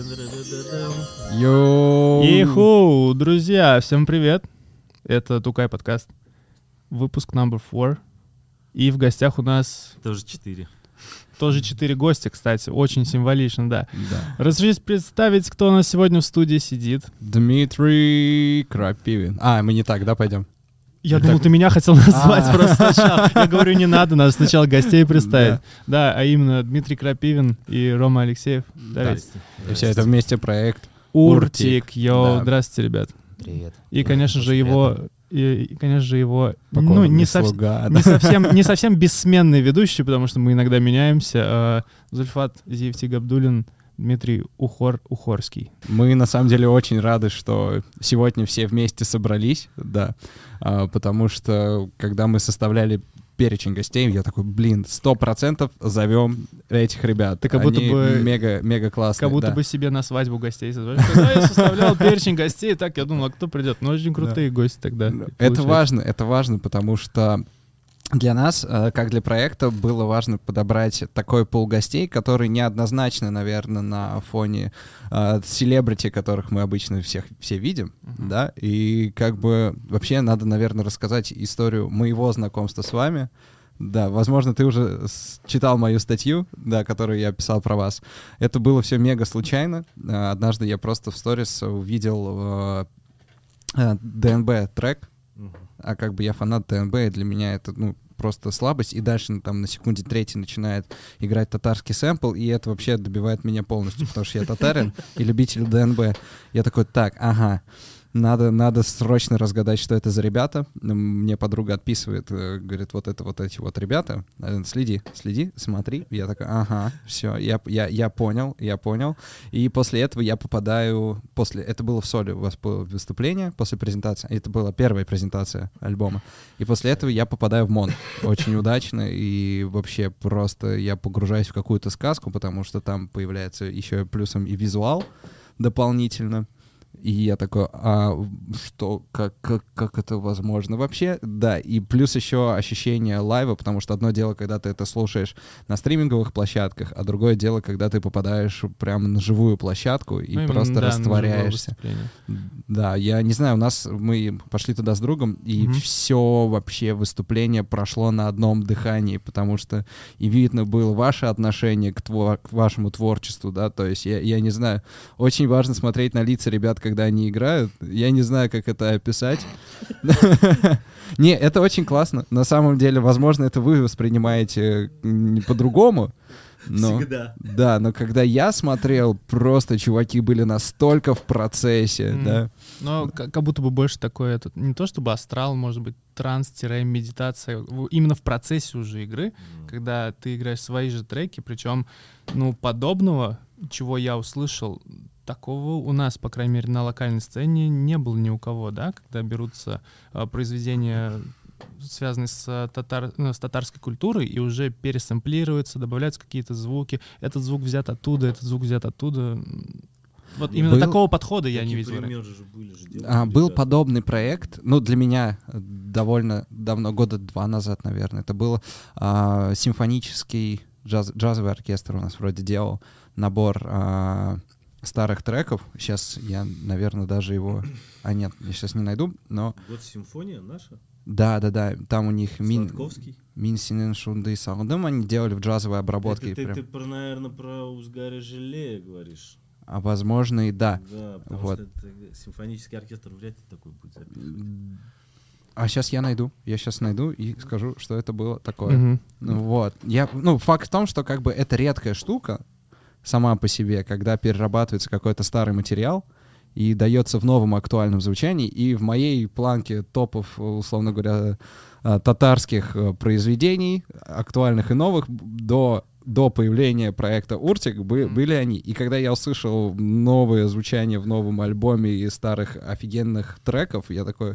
Йоу! Иху, друзья, всем привет. Это Тукай подкаст. Выпуск номер 4. И в гостях у нас... Тоже 4. Тоже 4 гостя, кстати. Очень символично, да. Разрешите представить, кто у нас сегодня в студии сидит. Дмитрий Крапивин. Мы не так, да, пойдем? Я думал, ты меня хотел назвать просто сначала. Я говорю, не надо, надо сначала гостей представить. Да, а именно Дмитрий Крапивин и Рома Алексеев. Да. И все это вместе проект Уртик. Йоу, Да. здравствуйте, ребят. Привет. И, конечно же, его... Покорный не слуга, не совсем бессменный ведущий, потому что мы иногда меняемся. Зульфат Зиевтиг Габдуллин, Дмитрий Ухорский. Мы на самом деле очень рады, что сегодня все вместе собрались, да, потому что когда мы составляли перечень гостей, я такой, 100% зовем этих ребят. Ты как будто Они бы мега классные. Как будто бы себе на свадьбу гостей созвали. Когда я составлял перечень гостей, так я думал, а кто придет? Ну, очень крутые гости тогда. Это важно, потому что для нас, как для проекта, было важно подобрать такой пул гостей, который неоднозначно, наверное, на фоне селебрити, которых мы обычно все видим, да, и как бы вообще надо, наверное, рассказать историю моего знакомства с вами. Да, возможно, ты уже читал мою статью, да, которую я писал про вас. Это было все мега случайно. Однажды я просто в сторис увидел ДНБ трек, а как бы я фанат ДНБ, и для меня это, просто слабость, и дальше там на секунде третьей начинает играть татарский сэмпл, и это вообще добивает меня полностью, потому что я татарин и любитель ДНБ. Я такой, надо срочно разгадать, что это за ребята. Мне подруга отписывает, говорит, вот эти вот ребята, следи, смотри. Я такой, все, я понял. И после этого я попадаю, это было в Соле, у вас было выступление после презентации, это была первая презентация альбома, и после этого я попадаю в МОН очень удачно, и вообще просто я погружаюсь в какую-то сказку, потому что там появляется еще плюсом и визуал дополнительно. И я такой, что, как это возможно вообще? Да, и плюс еще ощущение лайва, потому что одно дело, когда ты это слушаешь на стриминговых площадках, а другое дело, когда ты попадаешь прямо на живую площадку и просто растворяешься. Да, я не знаю, мы пошли туда с другом, и все вообще выступление прошло на одном дыхании, потому что и видно было ваше отношение к вашему творчеству, да, то есть я не знаю, очень важно смотреть на лица ребят, когда они играют. Я не знаю, как это описать. Не, это очень классно. На самом деле, возможно, это вы воспринимаете по-другому. Всегда. Да, но когда я смотрел, просто чуваки были настолько в процессе, да. Но как будто бы больше такое, не то чтобы астрал, может быть, транс-медитация, именно в процессе уже игры, когда ты играешь свои же треки, причем, подобного, чего я услышал, такого у нас, по крайней мере, на локальной сцене не было ни у кого, да, когда берутся произведения, связанные с татарской культурой, и уже пересэмплируются, добавляются какие-то звуки. Этот звук взят оттуда, этот звук взят оттуда. Вот именно такого подхода я не видел. Был подобный проект, для меня довольно давно, года 2 назад, наверное. Это был симфонический джазовый оркестр у нас вроде делал набор старых треков. Сейчас я, наверное, даже его... нет, я сейчас не найду, но... Вот симфония наша? Да. Там у них... Сладковский? Минсинен Шунды и Саундым они делали в джазовой обработке. Ты, наверное, про Узгари Желея говоришь. Возможно, и да. Да, потому что это симфонический оркестр вряд ли такой будет записан. Сейчас я найду и скажу, что это было такое. Вот. Факт в том, что как бы это редкая штука, сама по себе, когда перерабатывается какой-то старый материал и дается в новом актуальном звучании, и в моей планке топов, условно говоря, татарских произведений, актуальных и новых, до появления проекта «Уртик» были они. И когда я услышал новое звучание в новом альбоме и старых офигенных треков, я такой...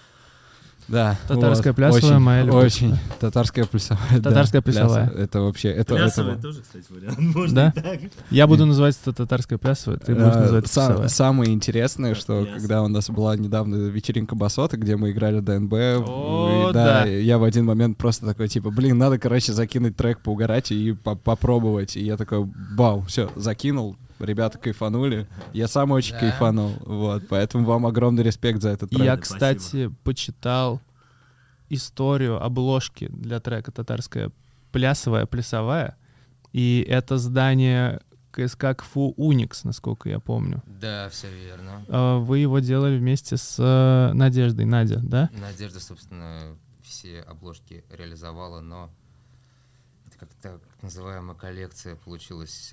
Да. Татарская плясовая моя любовь. Очень. Татарская плясовая. Татарская плясовая. Это вообще... Плясовая тоже, кстати, вариант. Можно и так. Я буду называть это татарская плясовая, ты будешь называть это плясовая. Самое интересное, что когда у нас была недавно вечеринка Басоты, где мы играли ДНБ, я в один момент просто такой, надо, закинуть трек, поугарать и попробовать. И я такой, вау, все, закинул. ребята кайфанули. Я сам очень Да. кайфанул. Вот, поэтому вам огромный респект за этот трек. Я, Спасибо. кстати, почитал историю обложки для трека «Татарская плясовая», и это здание КСК КФУ «Уникс», насколько я помню. Да, все верно. Вы его делали вместе с Надеждой, Надя, да? Надежда, собственно, все обложки реализовала, но это как так называемая коллекция получилась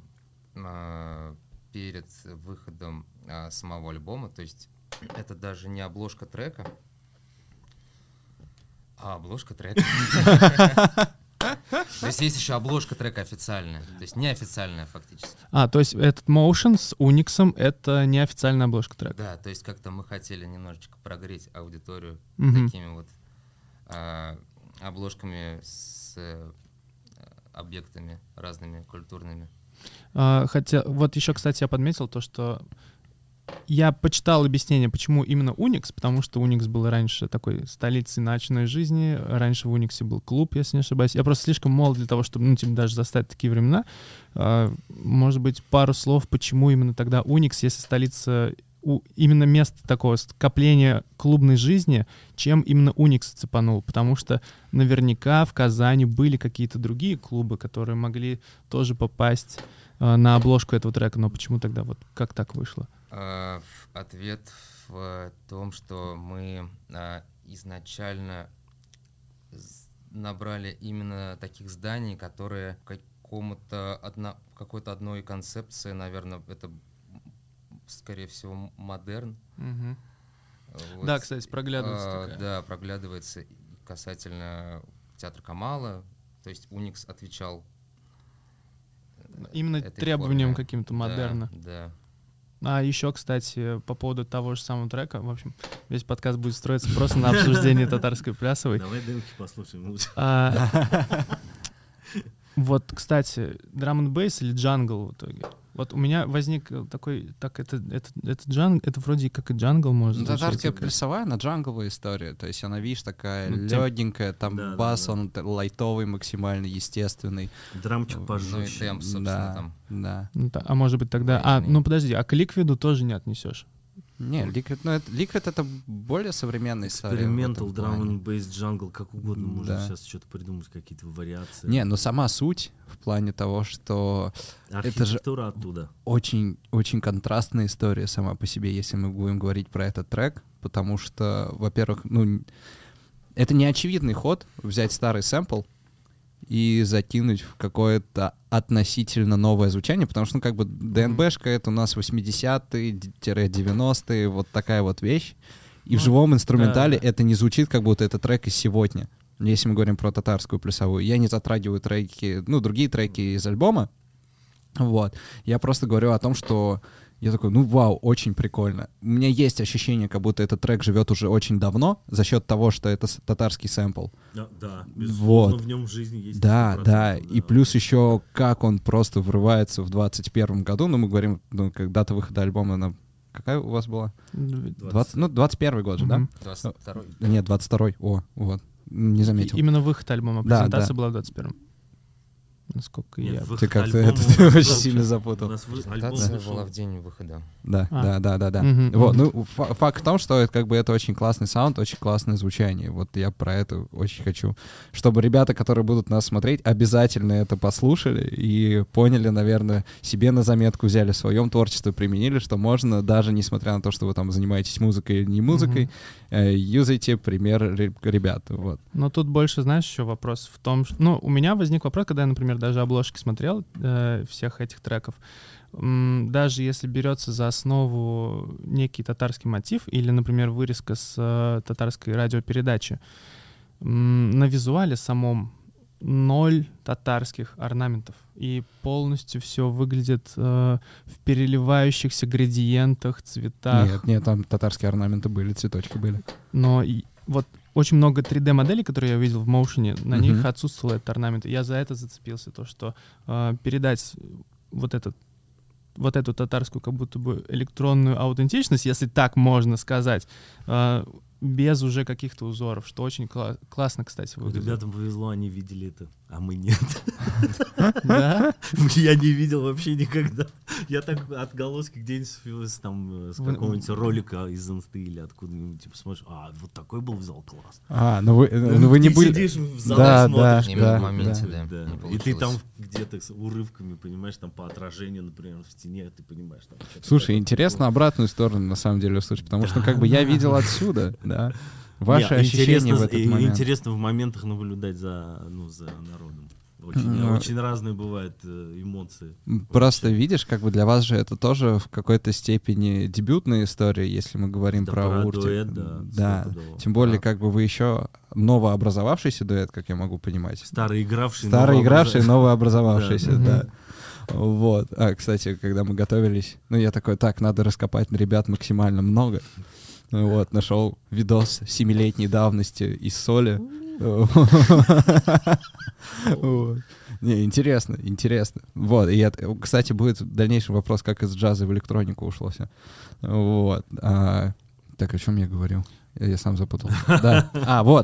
перед выходом самого альбома. То есть это даже не обложка трека, а обложка трека. То есть есть еще обложка трека официальная, то есть неофициальная фактически. То есть этот Motion с Униксом — это неофициальная обложка трека. Да, то есть как-то мы хотели немножечко прогреть аудиторию Мгм. такими вот обложками с объектами разными культурными. Хотя, вот еще, кстати, я подметил то, что я почитал объяснение, почему именно Уникс, потому что Уникс был раньше такой столицей ночной жизни, раньше в Униксе был клуб, если не ошибаюсь. Я просто слишком молод для того, чтобы, даже застать такие времена. Может быть, пару слов, почему именно тогда Уникс, если столица, именно место такого скопления клубной жизни, чем именно Уникс цепанул, потому что наверняка в Казани были какие-то другие клубы, которые могли тоже попасть на обложку этого трека, но почему тогда, вот как так вышло? Ответ в том, что мы изначально набрали именно таких зданий, которые какой-то одной концепции, наверное, это, скорее всего, модерн. Вот. Да, кстати, проглядывается такая. Да, проглядывается касательно театра Камала, то есть Уникс отвечал именно этой требованиям форме. каким-то модерна. Да. А еще, кстати, по поводу того же самого трека, в общем, весь подкаст будет строиться просто на обсуждении татарской плясовой. Давай демки послушаем лучше. Вот, кстати, драм-н-бейс или джангл в итоге? Вот у меня возник такой, это вроде как и джангл, может быть. Татарская плясовая, она джанговая история. То есть она, видишь, такая легенькая, там Да, бас, да. он лайтовый, максимально естественный. Драмчик Ну и пожестче. темп, собственно, Да, там. да. А может быть тогда... Подожди, а к Ликвиду тоже не отнесешь? Не, Liquid это более современная история. Экспериментал, драм н бейс, джангл, как угодно. Можно Да. сейчас что-то придумать, какие-то вариации. Не, но сама суть в плане того, что это же Архитектура оттуда. очень, очень контрастная история сама по себе, если мы будем говорить про этот трек, потому что, во-первых, это не очевидный ход взять старый сэмпл и закинуть в какое-то относительно новое звучание, потому что, ДНБшка — это у нас 80-е-90-е, вот такая вот вещь, и в живом инструментале это не звучит, как будто это трек из сегодня, если мы говорим про татарскую плясовую. Я не затрагиваю треки, другие треки из альбома, вот. Я просто говорю о том, что я такой, вау, очень прикольно. У меня есть ощущение, как будто этот трек живет уже очень давно за счет того, что это татарский сэмпл. Да, безусловно, в нем в жизни есть. Да. И плюс еще, как он просто врывается в 21 году. Мы говорим, как дата выхода альбома, какая у вас была? 21 год же, да? 22-й. Нет, 22-й. Вот. Не заметил. Именно выход альбома. Да, Презентация была в 21-м. Насколько я... Ты как-то это очень сильно запутал. Презентация была в день выхода. Да. Мгм, Вот, мгм. факт в том, что это очень классный саунд, очень классное звучание. Вот я про это очень хочу, чтобы ребята, которые будут нас смотреть, обязательно это послушали и поняли, наверное, себе на заметку взяли, в своем творчестве применили, что можно, даже несмотря на то, что вы там занимаетесь музыкой или не музыкой, юзайте пример ребят. Вот. Но тут больше, знаешь, еще вопрос в том, что... у меня возник вопрос, когда я, например, даже обложки смотрел всех этих треков. Даже если берется за основу некий татарский мотив или, например, вырезка с татарской радиопередачи, на визуале самом 0 татарских орнаментов. И полностью все выглядит в переливающихся градиентах, цветах. Нет, там татарские орнаменты были, цветочки были. Но вот очень много 3D-моделей, которые я видел в Motion, на них отсутствовал этот орнамент. Я за это зацепился, то, что передать вот эту татарскую как будто бы электронную аутентичность, если так можно сказать, без уже каких-то узоров, что очень классно, кстати, выглядит. Ребятам повезло, они видели это, а мы нет. Да? Я не видел вообще никогда. Я так отголоски где-нибудь там с какого-нибудь ролика из инсты или откуда-нибудь, типа, смотришь, вот такой был в зал, класс. Ну вы не Ты были... сидишь в зале, Да, смотришь. Именно да, в моменте, да. да. Да. не И ты там получилось. где-то с урывками, понимаешь, там по отражению, например, в стене, ты понимаешь. Там, что-то Слушай, такое. типа интересно обратную сторону, на самом деле, услышать, потому что как бы я видел отсюда, да. Ваши Не, ощущения в этот момент. Интересно в моментах наблюдать за народом. Ну, Очень разные бывают эмоции. Просто видишь, как бы для вас же это тоже в какой-то степени дебютная история, если мы говорим Это про про Уртик. дуэт, да, Да. стопудово. Тем более, Да. как бы вы еще новообразовавшийся дуэт, как я могу понимать. Старый игравший, Новообразовавшийся, Да. да. Вот. Кстати, когда мы готовились, я такой, так, надо раскопать на ребят максимально много. Вот, нашел видос 7-летней давности из соли. Вот. Не, интересно. Вот, и кстати, будет дальнейший вопрос, как из джаза в электронику ушло все. Вот. Так, о чем я говорил? Я сам запутался. Да. Вот,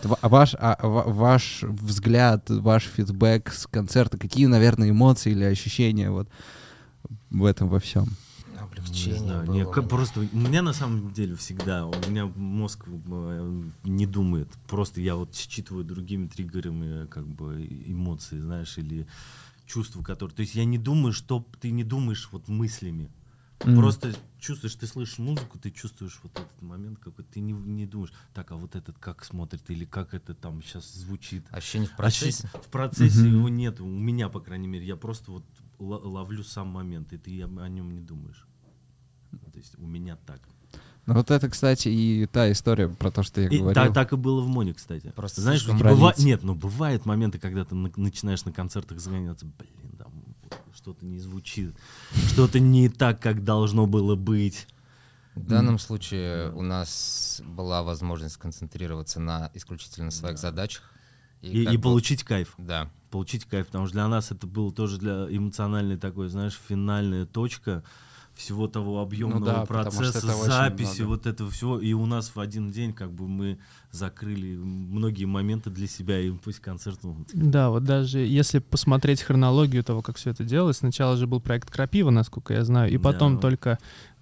ваш взгляд, ваш фидбэк с концерта, какие, наверное, эмоции или ощущения вот в этом во всем? Не Облегчение знаю, было. просто у меня на самом деле всегда, у меня мозг не думает, просто я вот считываю другими триггерами как бы эмоции, знаешь, или чувства, которые... То есть я не думаю, что ты не думаешь вот мыслями. Просто чувствуешь, ты слышишь музыку, ты чувствуешь вот этот момент какой-то, ты не думаешь, так, а вот этот как смотрит, или как это там сейчас звучит. Ощущение в процессе. В процессе его нет, у меня, по крайней мере, я просто вот ловлю сам момент, и ты о нем не думаешь. То есть у меня так. Ну вот это, кстати, и та история про то, что я говорил. Так и было в Моне, кстати. Просто Знаешь, слишком бывают моменты, когда ты начинаешь на концертах загоняться, там что-то не звучит, что-то не так, как должно было быть. В данном случае у нас была возможность сконцентрироваться исключительно на своих задачах. И получить кайф. Да. Получить кайф, потому что для нас это было тоже для эмоциональной такой, знаешь, финальная точка всего того объемного процесса, записи, вот этого всего. И у нас в один день как бы мы закрыли многие моменты для себя, и пусть концерт... Да, вот даже если посмотреть хронологию того, как все это делалось, сначала же был проект «Крапива», насколько я знаю, и потом только,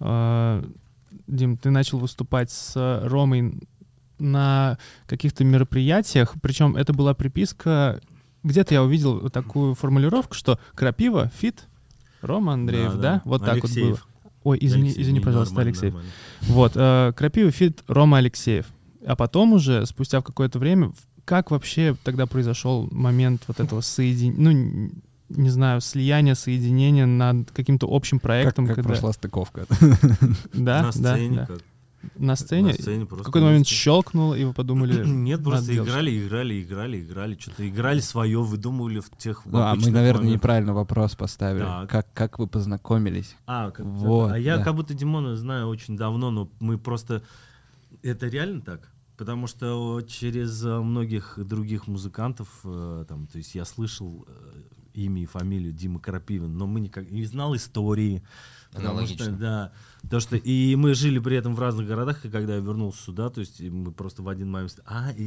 Дим, ты начал выступать с Ромой на каких-то мероприятиях, причем это была приписка, где-то я увидел такую формулировку, что «Крапива», фит, Рома Андреев, да? Вот так вот было. Ой, извини, пожалуйста, Алексеев. Нормально. Вот, Крапива, фит, Рома Алексеев. А потом уже, спустя какое-то время, как вообще тогда произошел момент вот этого соединения, не знаю, слияния, соединения над каким-то общим проектом? Как прошла стыковка. Да, На сцене да. как? На сцене? В какой-то момент щелкнул, и вы подумали... Нет, просто надо делать играли, что-то играли свое, выдумывали в тех Мы, обычных наверное, моментах. неправильно вопрос поставили. Так. Как вы познакомились? Вот, я да. как будто Димона знаю очень давно, но мы просто... Это реально так? Потому что через многих других музыкантов, там, то есть я слышал имя и фамилию Дима Крапивин, но мы никак не знал истории. Потому что, да, то, что и мы жили при этом в разных городах, и когда я вернулся сюда, то есть мы просто в один момент,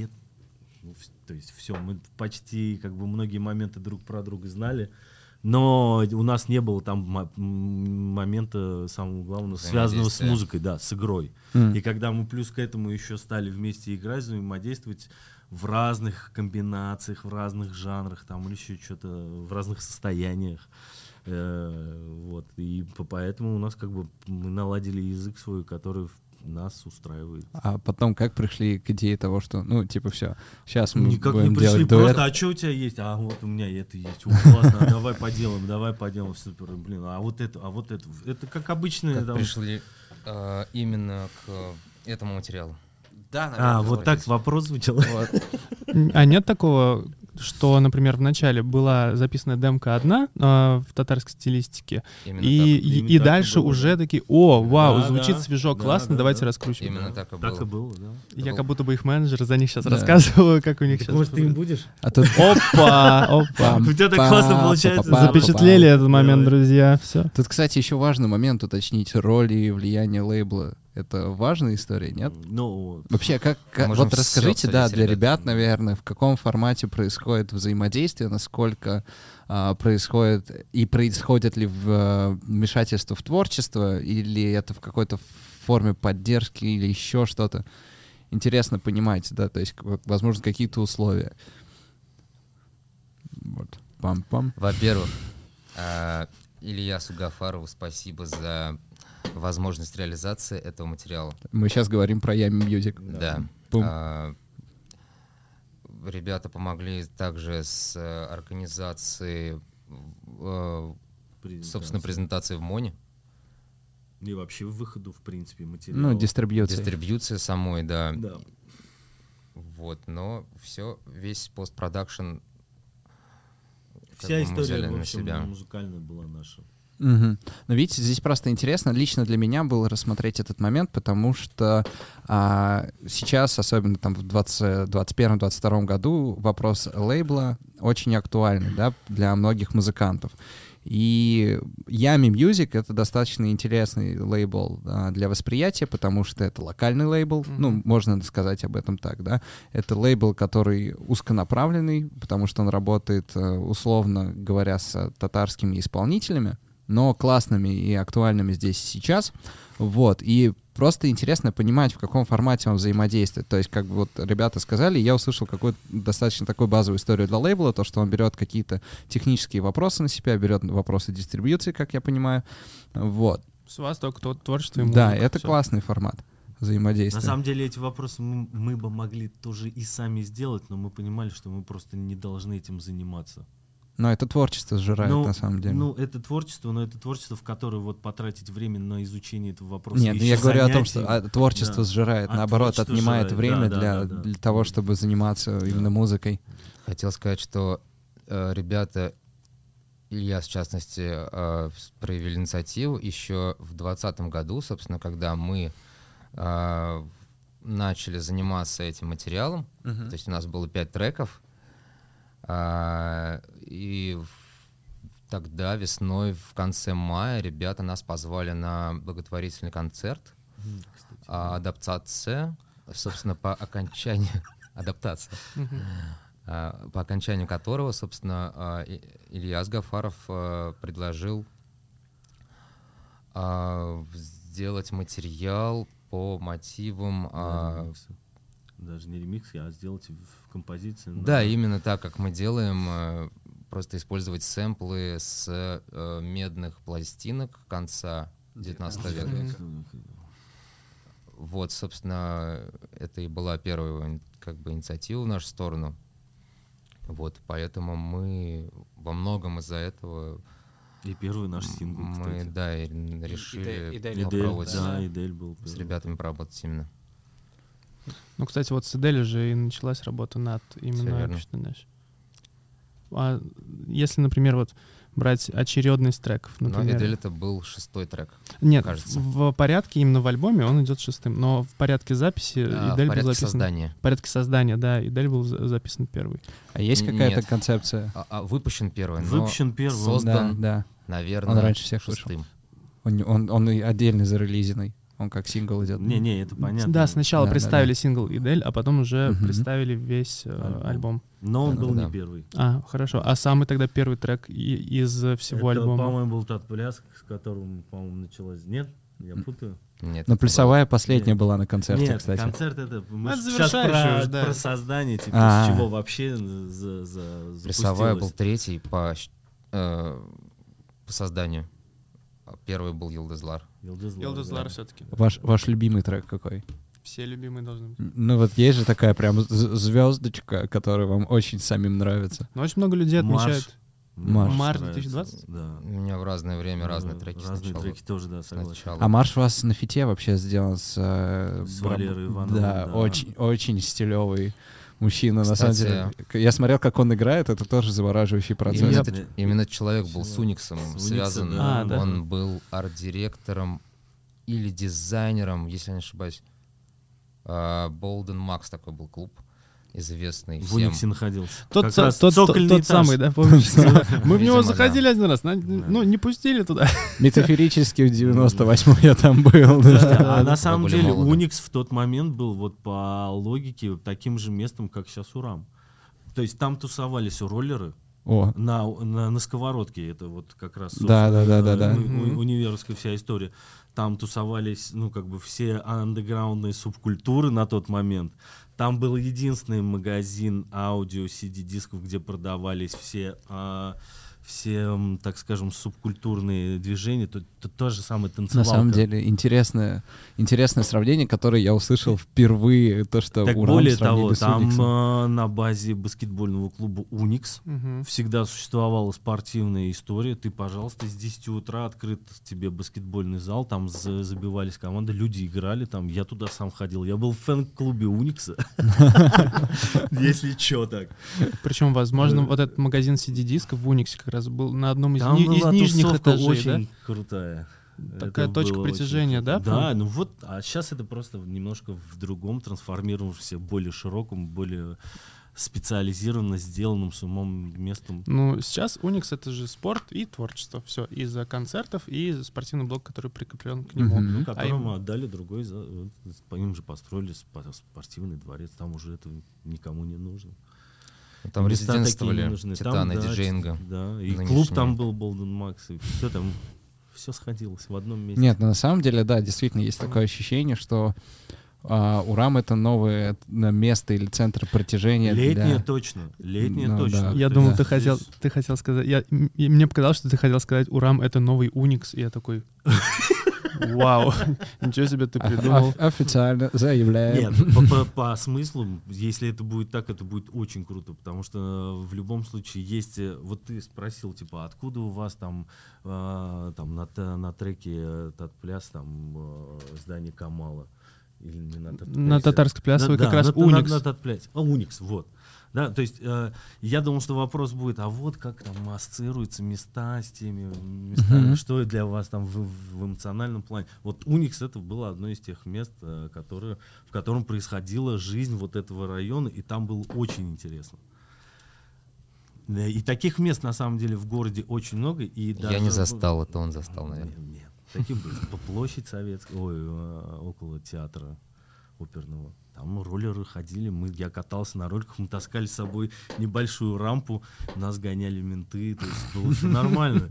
то есть все, мы почти как бы многие моменты друг про друга знали, но у нас не было там момента самого главного, связанного с музыкой, да, с игрой. И когда мы плюс к этому еще стали вместе играть, взаимодействовать в разных комбинациях, в разных жанрах, там, или еще что-то, в разных состояниях. Вот. И поэтому у нас как бы мы наладили язык свой, который нас устраивает. А потом как пришли к идее того, что, все, сейчас мы Никак будем не пришли, делать дуэт? просто, а что у тебя есть? А вот у меня это есть, классно, давай поделаем, супер, блин, а вот это. Это как обычно. Как пришли именно к этому материалу. Да, наверное. Вот так вопрос звучал. А нет такого, что, например, в начале была записана демка одна в татарской стилистике, и дальше уже такие, вау, звучит свежо, классно, давайте раскручиваем. Именно так и было. Так и было, да. Я как будто бы их менеджер за них сейчас рассказываю, как у них сейчас. Может, ты им будешь? Опа! У тебя так классно получается. Запечатлели этот момент, друзья. Все. Тут, кстати, еще важный момент уточнить роль и влияние лейбла. Это важная история, нет? Ну, Вообще, Можем вот всё расскажите, обсудить да, с для ребятами. ребят, наверное, в каком формате происходит взаимодействие, насколько происходит и происходит ли вмешательство в творчество, или это в какой-то форме поддержки или еще что-то. Интересно понимать, да, то есть, возможно, какие-то условия. Вот. Пам-пам. Во-первых, Ильясу Гафарову спасибо за возможность реализации этого материала. Мы сейчас говорим про Yummy Music. Да. Бум. Ребята помогли также с организацией, собственно, презентации в МОНе. И вообще выходу, в принципе, материала. Ну, дистрибьюция. Дистрибьюция самой, да. Да. Вот, но весь постпродакшн Вся мы история, взяли в на общем, себя. музыкальная была наша. Мгм. Но видите, здесь просто интересно, лично для меня было рассмотреть этот момент, потому что сейчас, особенно там в 2021-2022 году, вопрос лейбла очень актуальный, да, для многих музыкантов. И Yummy Music — это достаточно интересный лейбл для восприятия, потому что это локальный лейбл, ну, можно сказать об этом так, да. Это лейбл, который узконаправленный, потому что он работает, условно говоря, с татарскими исполнителями, но классными и актуальными здесь и сейчас. Вот. И просто интересно понимать, в каком формате он взаимодействует. То есть, как бы вот ребята сказали, я услышал какую-то достаточно такую базовую историю для лейбла, то, что он берет какие-то технические вопросы на себя, берет вопросы дистрибьюции, как я понимаю. Вот. С вас только творчество и музыка. Да, это всё. классный формат взаимодействия. На самом деле эти вопросы мы бы могли тоже и сами сделать, но мы понимали, что мы просто не должны этим заниматься. Но это творчество сжирает, на самом деле. Ну, это творчество, но это творчество, в которое вот потратить время на изучение этого вопроса. Нет, ну еще я говорю о том, занятий. что творчество Да. сжирает, А наоборот, творчество отнимает сжирает, время да. для того, чтобы заниматься именно музыкой. Хотел сказать, что ребята, Илья, в частности, проявили инициативу еще в 2020 году, собственно, когда мы начали заниматься этим материалом. То есть у нас было 5 треков, и тогда весной, в конце мая, ребята нас позвали на благотворительный концерт «Адаптация», собственно, по окончанию адаптация, по окончанию которого, собственно, Ильяс Гафаров предложил сделать материал по мотивам... Даже не ремикс, а сделать в композиции. Да, именно так, как мы делаем, просто использовать сэмплы с медных пластинок конца 19 века. Вот, собственно, это и была первая как бы инициатива в нашу сторону. Вот, поэтому мы во многом из-за этого... И первый наш сингл, мы, кстати. да, и решили Идель попробовать Идель был с первый. ребятами поработать именно. Ну, кстати, вот с Идель же и началась работа над Всё именно верно. «Общественной ночью». А если, например, вот брать очередность треков, Но например... «Идель» это был 6-й трек. Нет, кажется. в порядке именно в альбоме он идет 6-м, но в порядке записи В Идель был порядке записан... создания. В порядке создания, да, Идель был записан первый. А есть Нет. какая-то концепция? Выпущен первый, но Выпущен первый. создан, Да. наверное, Он раньше всех вышел. 6-м. Он и отдельно зарелизенный. Он как сингл идет. Не, это понятно. Да, сначала Да, представили сингл Идель, а потом уже Мгм. представили весь альбом. Но он был Да. не первый. А, хорошо. А самый тогда первый трек из всего Это, альбома? по-моему, был тот пляс, с которым, по-моему, началась. Нет? Я путаю. Нет, Но это плясовая последняя Нет. была на концерте, Нет, кстати. концерт это... Мы Это сейчас завершающий уже, да. про создание, типа, А. с чего вообще Плясовая был запустилось. 3-й по созданию. А первый был Йылдызлар. Йылдызлар все-таки. Ваш любимый трек какой? Все любимые должны быть. Ну вот есть же такая прям звездочка, которая вам очень самим нравится. Но очень много людей отмечают. Марш нравится, 2020? Да. У меня в разное время разные Да, треки Разные сначала. треки тоже, да, согласен. Сначала. А марш у вас на фите вообще сделан с Валерой Ивановым, Да, да. очень стилевый мужчина, на самом Кстати, деле. Я смотрел, как он играет, это тоже завораживающий процесс. Именно этот человек был с Униксом С связан. Униксом, да. да. Он был арт-директором или дизайнером, если я не ошибаюсь. Болден Макс такой был клуб. известный В всем. Униксе находился. Тот Как раз цокольный тот этаж. самый, да, помнишь? Мы в него Видимо, заходили один раз, ну, не пустили туда. Метафорически в 98-м я там был. А на самом были деле молоды. Уникс в тот момент был вот по логике таким же местом, как сейчас Урам. То есть там тусовались роллеры О, на сковородке. Это вот как раз Да. универская вся история. Там тусовались, ну, как бы все андеграундные субкультуры на тот момент. Там был единственный магазин аудио, CD-дисков, где продавались все, так скажем, субкультурные движения. То же самое на танцевалка. самом деле интересное сравнение, которое я услышал впервые, то, что Так Урам более сравнили того, с там Униксом. на базе баскетбольного клуба «Уникс» всегда существовала спортивная история. Ты, пожалуйста, с 10 утра открыт тебе баскетбольный зал, там забивались команды, люди играли там. Я туда сам ходил. Я был в фэн-клубе «Уникса». Если чё так. Причем, возможно, вот этот магазин CD-дисков в Униксе как раз был на одном из Там была нижних тусовка этажей, очень да? крутая. Такая Это точка было очень притяжения, круто. да, Да, прям? ну вот, а сейчас это просто немножко в другом, трансформировавшемся, более широком, более специализированно сделанным с умом местом. Ну, сейчас Уникс — это же спорт и творчество. Все, из-за концертов и спортивный блок, который прикреплен к нему. Мгм. Ну, которому отдали другой, по ним же построили спортивный дворец, там уже это никому не нужно. Там Места такие не резидентствовали нужны. титаны Там, да, диджеинга. Да, и нынешние. клуб там был, Болден Макс, и все там, все сходилось в одном месте. Нет, ну, на самом деле, да, действительно есть такое ощущение, что Урам — это новое место или центр притяжения. Летнее точно, летнее Ну, точно. да. Я То думал, есть ты хотел сказать... И мне показалось, что ты хотел сказать, Урам — это новый Уникс. И я такой... Вау, ничего себе ты придумал. Официально заявляем. Нет, по смыслу, если это будет так, это будет очень круто, потому что в любом случае есть... Вот ты спросил, типа, откуда у вас там на треке Татпляс там здание Камала? Или не на Татплясе? На Татарско-Плясовой как раз Уникс. На Татплясе. Уникс, вот. Да, то есть я думал, что вопрос будет, а вот как там ассоциируются места с теми местами, что для вас там в эмоциональном плане. Вот Уникс — это было одно из тех мест, в котором происходила жизнь вот этого района, и там было очень интересно. И таких мест на самом деле в городе очень много. И Я даже не застал, это он застал, наверное. Нет. Таким были по площадь Советская, около театра оперного. Там роллеры ходили, я катался на роликах, мы таскали с собой небольшую рампу, нас гоняли менты, то есть было все нормально.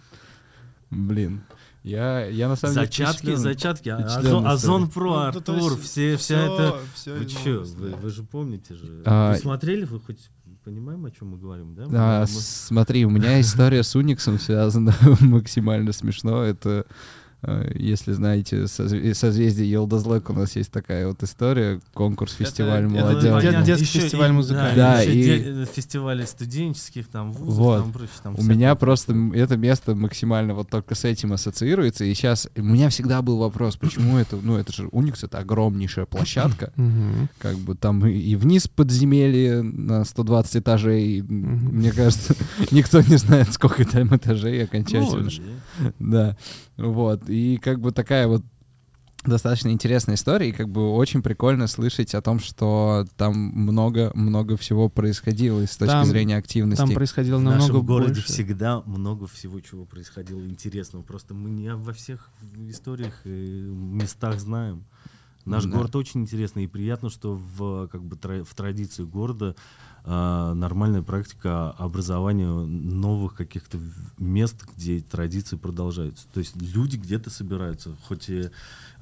Блин. Я на самом деле Зачатки, впечатлен Озон историей. Про, Артур, вся это... Вы что, что? вы же помните же? А, Вы смотрели, вы хоть понимаем, о чем мы говорим, да? Смотри, у меня история с Униксом связана максимально смешно. Это, если знаете, созвездие Йолдазлэк, у нас есть такая вот история, конкурс, фестиваль молодежи. понятно. Детский фестиваль музыкальный. Да, и фестивали студенческих, там, вузов, Вот. там, прочее. Там У всякое меня такое. просто это место максимально вот только с этим ассоциируется. И сейчас у меня всегда был вопрос, почему это, ну это же Уникс, это огромнейшая площадка. Мгм. Как бы там и вниз подземелье на 120 этажей. Мне кажется, никто не знает, сколько там этажей окончательно. Ну, Да, вот. И как бы такая вот достаточно интересная история, и как бы очень прикольно слышать о том, что там много всего происходило с точки Там- зрения активности. Там происходило в намного нашем городе больше. всегда много всего, чего происходило интересного. Просто мы не во всех историях и местах знаем. Наш Да. город очень интересный, и приятно, что в традиции города нормальная практика образования новых каких-то мест, где традиции продолжаются. То есть люди где-то собираются, хоть и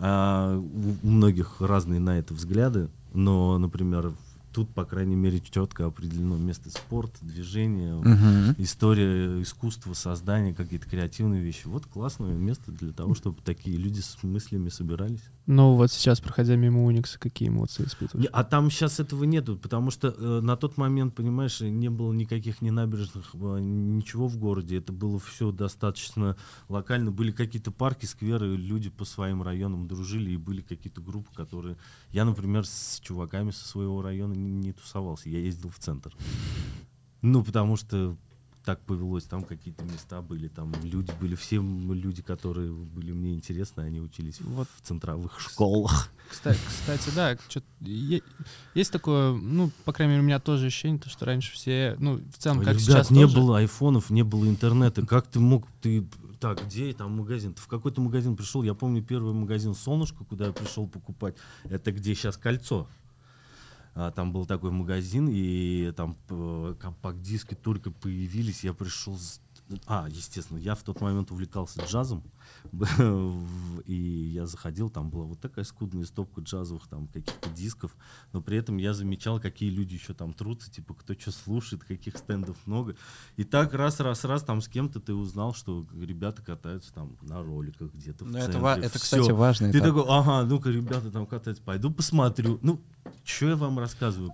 у многих разные на это взгляды, но, например, тут, по крайней мере, четко определено место спорта, движения, Мгм. история искусства, создания, какие-то креативные вещи. Вот классное место для того, чтобы такие люди с мыслями собирались. Но вот сейчас, проходя мимо Уникса, какие эмоции испытываешь? А там сейчас этого нету, потому что на тот момент, понимаешь, не было никаких ни набережных, ничего в городе. Это было все достаточно локально. Были какие-то парки, скверы, люди по своим районам дружили, и были какие-то группы, которые... Я, например, с чуваками со своего района не тусовался, я ездил в центр. Ну, потому что так повелось, там какие-то места были, там люди были, все люди, которые были мне интересны, они учились Вот. в центровых школах. Кстати, да, есть такое, ну, по крайней мере, у меня тоже ощущение, что раньше все, ну, в целом, как Ребят, сейчас не тоже... было айфонов, не было интернета. Как ты мог, так, где там магазин? Ты в какой-то магазин пришел, я помню первый магазин «Солнышко», куда я пришел покупать, это где сейчас «Кольцо». Там был такой магазин, и там компакт-диски только появились, я пришел... естественно, я в тот момент увлекался джазом, и я заходил, там была вот такая скудная стопка джазовых там каких-то дисков, но при этом я замечал, какие люди еще там трутся, типа, кто что слушает, каких стендов много. И так раз, там с кем-то ты узнал, что ребята катаются там на роликах где-то в центре. Это, кстати, важно. Ты такой, ага, ну-ка, ребята там катаются, пойду посмотрю. Ну, что я вам рассказываю?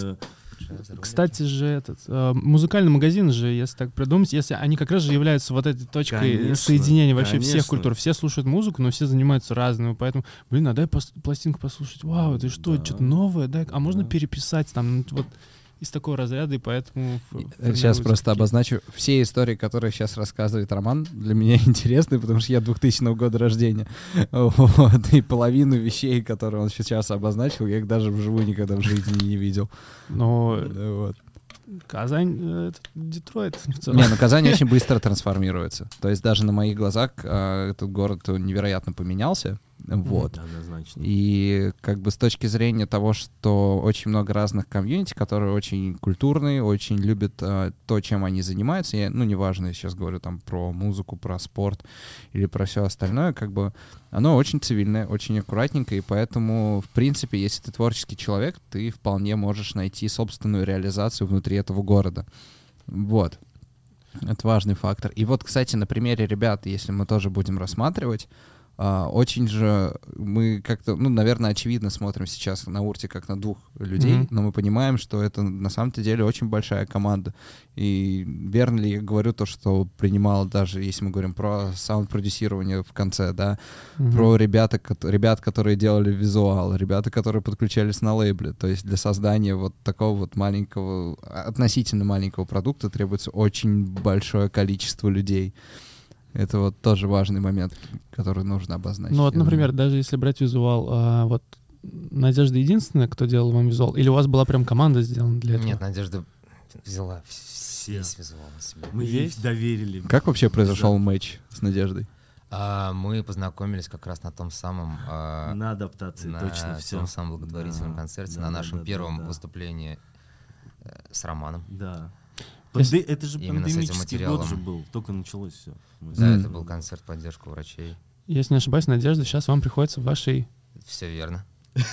Кстати же, музыкальный магазин же, если так придумать, если они как раз же являются вот этой точкой соединения вообще всех культур. Все слушают музыку, но все занимаются разным. Поэтому, а дай пластинку послушать. Вау, это что, что-то новое? Дай, можно переписать там, вот из такого разряда, и поэтому... Сейчас просто обозначу. Все истории, которые сейчас рассказывает Роман, для меня интересны, потому что я 2000 года рождения. Вот. И половину вещей, которые он сейчас обозначил, я их даже вживую никогда в жизни не видел. Но... Вот. Казань — это Детройт. Казань очень быстро трансформируется. То есть даже на моих глазах этот город невероятно поменялся. Вот. Однозначно. И как бы с точки зрения того, что очень много разных комьюнити, которые очень культурные, очень любят то, чем они занимаются. Я, неважно, я сейчас говорю там про музыку, про спорт или про все остальное, как бы оно очень цивильное, очень аккуратненькое, и поэтому, в принципе, если ты творческий человек, ты вполне можешь найти собственную реализацию внутри этого города. Вот. Это важный фактор. И вот, кстати, на примере ребят, если мы тоже будем рассматривать, очень же мы как-то, наверное, очевидно смотрим сейчас на Урте как на двух людей, но мы понимаем, что это на самом-то деле очень большая команда. И верно ли я говорю то, что принимал даже, если мы говорим про саунд-продюсирование в конце, да, про ребят, которые делали визуал, ребята, которые подключались на лейбле. То есть для создания вот такого вот маленького, относительно маленького продукта требуется очень большое количество людей. Это вот тоже важный момент, который нужно обозначить. Ну вот, например, даже если брать визуал, вот Надежда единственная, кто делал вам визуал? Или у вас была прям команда сделана для этого? Нет, Надежда взяла весь визуал на себя. Мы ей доверили. Как вообще произошел матч с Надеждой? Мы познакомились как раз на том самом... на адаптации, точно все. На том самом благотворительном концерте, на нашем первом выступлении с Романом. Да. Это же именно пандемический год же был, только началось все. Да, это был концерт поддержки врачей. Если не ошибаюсь, Надежда, сейчас вам приходится в вашей... Все верно.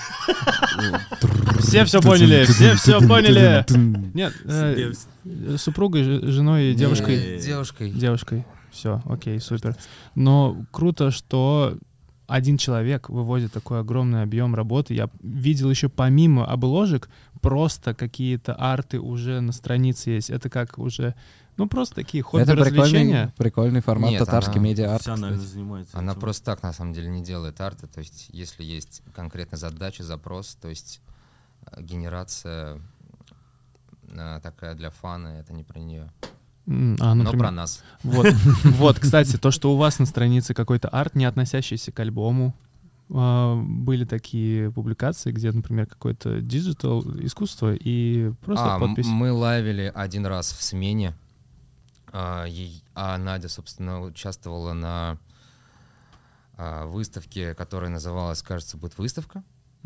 Все поняли, все поняли. Нет, супругой, женой, девушкой. Девушкой. Все, окей, супер. Но круто, что один человек выводит такой огромный объем работы. Я видел еще помимо обложек просто какие-то арты уже на странице есть. Это как уже, просто такие хобби-развлечения. Это прикольный формат. Нет, татарский медиа-арт. Она просто так, на самом деле, не делает арты. То есть если есть конкретная задача, запрос, то есть генерация такая для фана, это не про нее. Но про нас. Вот, кстати, то, что у вас на странице какой-то арт, не относящийся к альбому, были такие публикации, где, например, какое-то диджитал искусство и просто подпись. Мы лайвили один раз в смене, а Надя, собственно, участвовала на выставке, которая называлась, кажется, будет выставка.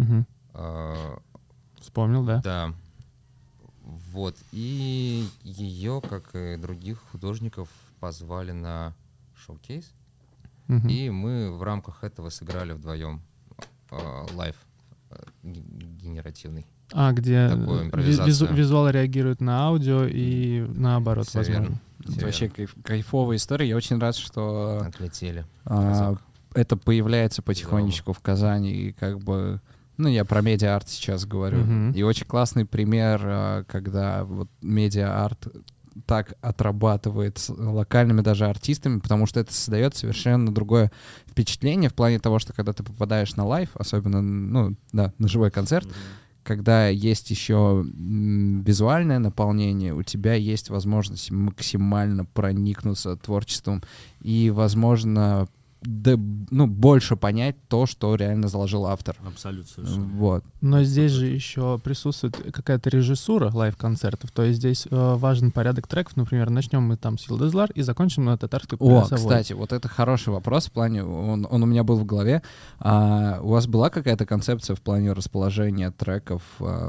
Вспомнил, да? Да. Вот, и ее, как и других художников, позвали на шоу-кейс, и мы в рамках этого сыграли вдвоем лайв генеративный. Где визуал реагирует на аудио и наоборот, Все возможно. Это вообще кайфовая история. Я очень рад, что отлетели. Это появляется потихонечку в Казани, и как бы... я про медиа-арт сейчас говорю. И очень классный пример, когда вот медиа-арт так отрабатывает с локальными даже артистами, потому что это создает совершенно другое впечатление в плане того, что когда ты попадаешь на лайв, особенно, на живой концерт, когда есть еще визуальное наполнение, у тебя есть возможность максимально проникнуться творчеством и, возможно, больше понять то, что реально заложил автор. Абсолютно совершенно. Вот. Но здесь же еще присутствует какая-то режиссура лайв-концертов, то есть здесь важен порядок треков. Например, начнем мы там с Йылдызлар и закончим на татарской плясовой. Кстати, вот это хороший вопрос в плане, он у меня был в голове. У вас была какая-то концепция в плане расположения треков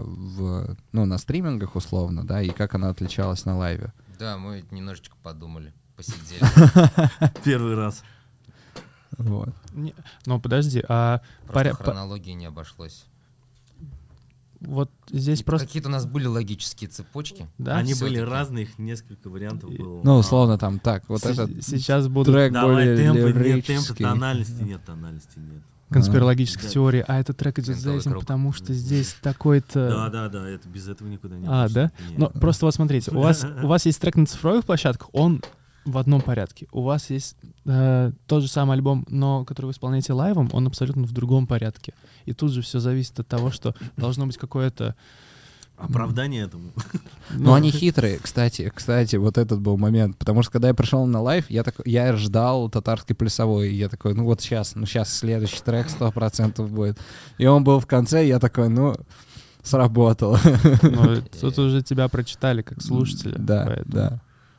на стримингах условно, да, и как она отличалась на лайве? Да, мы немножечко подумали, посидели. Первый раз. Вот. Но подожди, Просто хронологии не обошлось. Вот здесь просто... Какие-то у нас были логические цепочки. Да? Они были всё-таки. разные, их несколько вариантов было. Ну, условно, там так, вот этот Сейчас будут трек Давай более темпы, нет темпа, лирический. тональности нет. конспирологические Да. теории, а этот трек идет за Винтовый этим, круг. потому что здесь такой-то... Да, это без этого никуда не А, обошлось. да? Нет. Но просто вот смотрите, у вас есть трек на цифровых площадках, он в одном порядке. У вас есть тот же самый альбом, но который вы исполняете лайвом, он абсолютно в другом порядке. И тут же все зависит от того, что должно быть какое-то... Оправдание этому. Но они хитрые, кстати, вот этот был момент, потому что когда я пришел на лайв, я ждал татарской плясовой, и я такой, ну вот сейчас следующий трек 100% будет. И он был в конце, и я такой, сработало. Ну, тут уже тебя прочитали как слушателя. Да, поэтому. да.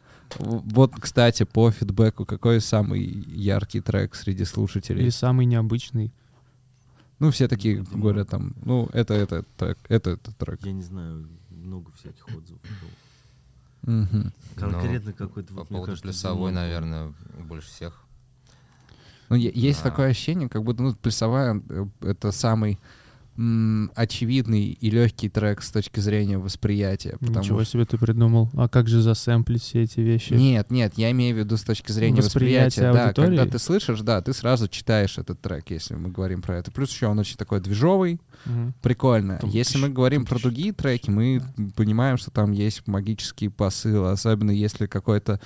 Вот, кстати, по фидбэку, какой самый яркий трек среди слушателей? Или самый необычный. Ну, все такие говорят там, это трек. Я не знаю, много всяких отзывов было. Мгм. Конкретно какой-то, По вот, мне поводу кажется, плясовой, Димон. наверное, больше всех. Ну, есть Да. такое ощущение, как будто плясовая — это самый очевидный и легкий трек с точки зрения восприятия. Ничего себе ты придумал. А как же засэмплить все эти вещи? Нет, я имею в виду с точки зрения Восприятие восприятия. Да, аудитории? когда ты слышишь, да, ты сразу читаешь этот трек, если мы говорим про это. Плюс еще он очень такой движовый, Мгм. прикольно. Тумтыщ, Если мы говорим про тумтыщ. другие треки, мы понимаем, что там есть магический посыл, особенно если какой-то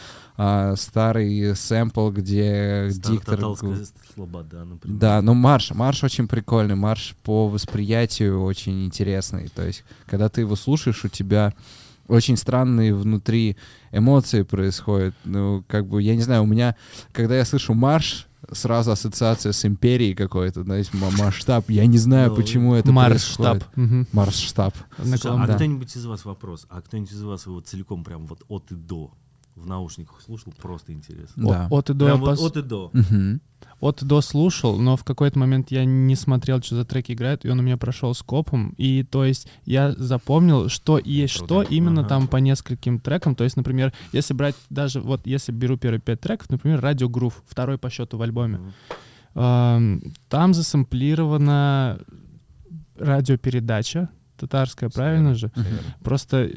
старый сэмпл, где диктор... Татарская слобода, например. Да, но марш очень прикольный, марш по восприятию очень интересный. То есть, когда ты его слушаешь, у тебя очень странные внутри эмоции происходят. Ну, я не знаю, у меня, когда я слышу марш, сразу ассоциация с империей какой-то, знаете, масштаб. Я не знаю, Ну, почему это Марш-штаб. происходит. Мгм. Марш-штаб. Слушай, Наклон, а да. кто-нибудь из вас вопрос? А кто-нибудь из вас его целиком прям вот от и до в наушниках слушал? Просто интересно. Да. От и до Прям я вот от и до. Мгм. От и до слушал, но в какой-то момент я не смотрел, что за треки играют, и он у меня прошел скопом. И то есть я запомнил, что есть Круто. что именно Ага. там по нескольким трекам. То есть, например, если брать даже, вот если беру первые 5 треков, например, «Радио Грув», второй по счету в альбоме. Там засэмплирована радиопередача татарская, правильно же? Всё верно. Просто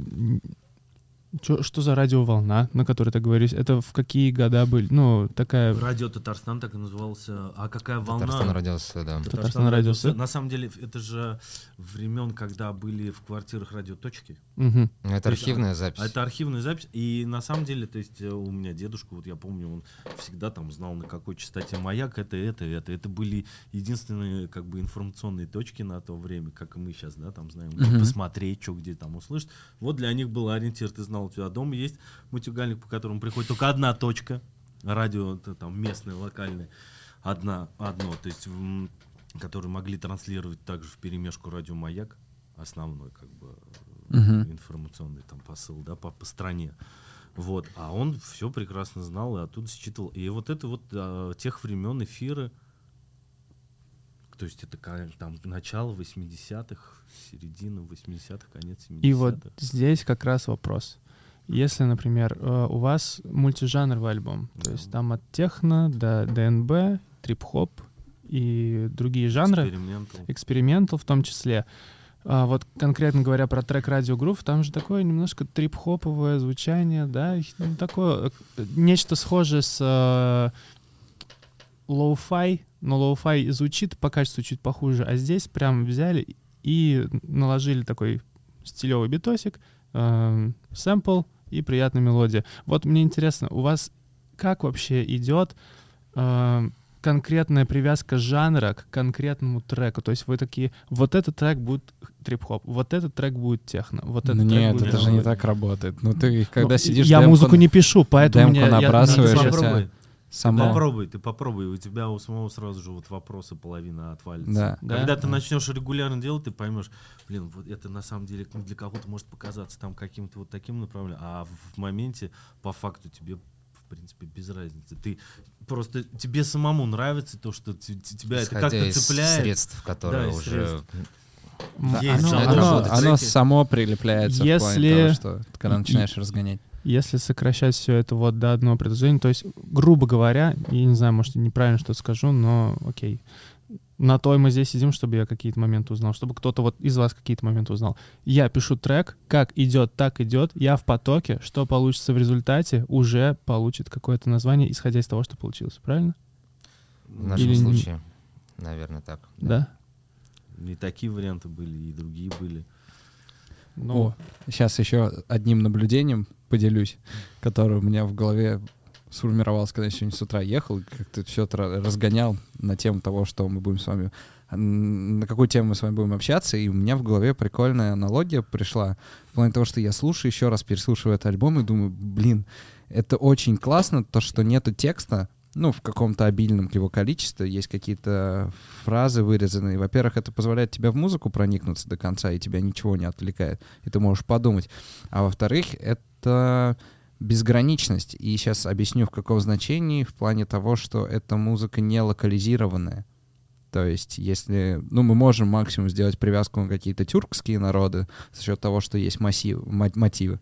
что за радиоволна, на которой ты говоришь? Это в какие года были? Ну, такая... Радио Татарстан так и назывался. А какая волна? Татарстан родился, да. Татарстан радио. На самом деле, это же времен, когда были в квартирах радиоточки. Мгм. Это То есть, архивная запись. А это архивная запись. И на самом деле, то есть у меня дедушка, вот я помню, он всегда там знал, на какой частоте маяк, это. Это были единственные как бы информационные точки на то время, как и мы сейчас, да, там знаем, Мгм. посмотреть, что где там услышать. Вот для них был ориентир, ты знал, у тебя дома есть мутюгальник, по которому приходит только одна точка, радио это там местное, локальное, одно, то есть которые могли транслировать также в перемешку радио «Маяк», основной как бы Мгм. информационный там посыл, да, по стране. Вот, а он все прекрасно знал и оттуда считывал. И вот это вот тех времен эфиры, то есть это там начало 80-х, середина 80-х, конец 70-х. И вот здесь как раз вопрос. Если, например, у вас мультижанровый альбом, то Да. есть там от техно до ДНБ, трип-хоп и другие жанры, экспериментал в том числе. Вот конкретно говоря про трек «Радио Грув», там же такое немножко трип-хоповое звучание, да, такое нечто схожее с лоу-фай, но лоу-фай звучит по качеству чуть похуже, а здесь прям взяли и наложили такой стилевый битосик, сэмпл и приятная мелодия. Вот мне интересно, у вас как вообще идет конкретная привязка жанра к конкретному треку. То есть вы такие, вот этот трек будет трип-хоп, вот этот трек будет техно, вот этот трек Нет, будет... это же не так работает. Ну ты, когда сидишь... Я музыку не пишу, поэтому демку мне... набрасываешь, Ты попробуй. Сама. Ты попробуй, у тебя у самого сразу же вот вопросы половина отвалится. Да. Когда ты начнешь регулярно делать, ты поймешь, блин, вот это на самом деле для кого-то может показаться там каким-то вот таким направлением, а в моменте по факту тебе в принципе без разницы. Ты просто тебе самому нравится то, что тебя это как-то цепляет. Средств, которые уже... Оно само прилепляется в плане того, что когда начинаешь разгонять. Если сокращать все это вот до одного предложения, то есть, грубо говоря, я не знаю, может, я неправильно что-то скажу, но окей. На то и мы здесь сидим, чтобы я какие-то моменты узнал, чтобы кто-то вот из вас какие-то моменты узнал. Я пишу трек, как идет, так идет, я в потоке, что получится в результате, уже получит какое-то название, исходя из того, что получилось, правильно? В нашем случае, наверное, так. Да? И такие варианты были, и другие были. Ну, сейчас еще одним наблюдением поделюсь, которое у меня в голове сформировалось, когда я сегодня с утра ехал, как-то все это разгонял на тему того, что мы будем с вами, на какую тему мы с вами будем общаться, и у меня в голове прикольная аналогия пришла, в плане того, что я слушаю, еще раз переслушиваю этот альбом и думаю, блин, это очень классно, то, что нету текста, ну, в каком-то обильном его количестве, есть какие-то фразы вырезанные. Во-первых, это позволяет тебе в музыку проникнуться до конца, и тебя ничего не отвлекает, и ты можешь подумать. А во-вторых, это безграничность. И сейчас объясню, в каком значении, в плане того, что эта музыка не локализированная. То есть, если... Ну, мы можем максимум сделать привязку на какие-то тюркские народы за счет того, что есть мотивы. Массивы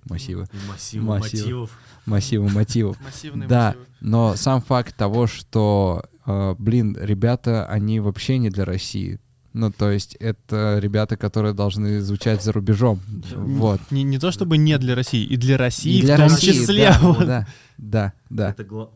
мотивов. Массивные да, мотивы. но сам факт того, что, ребята, они вообще не для России. Ну, то есть это ребята, которые должны звучать за рубежом. Вот. Не то чтобы не для России, и для России И для в том России, числе. да, Вот. да. Это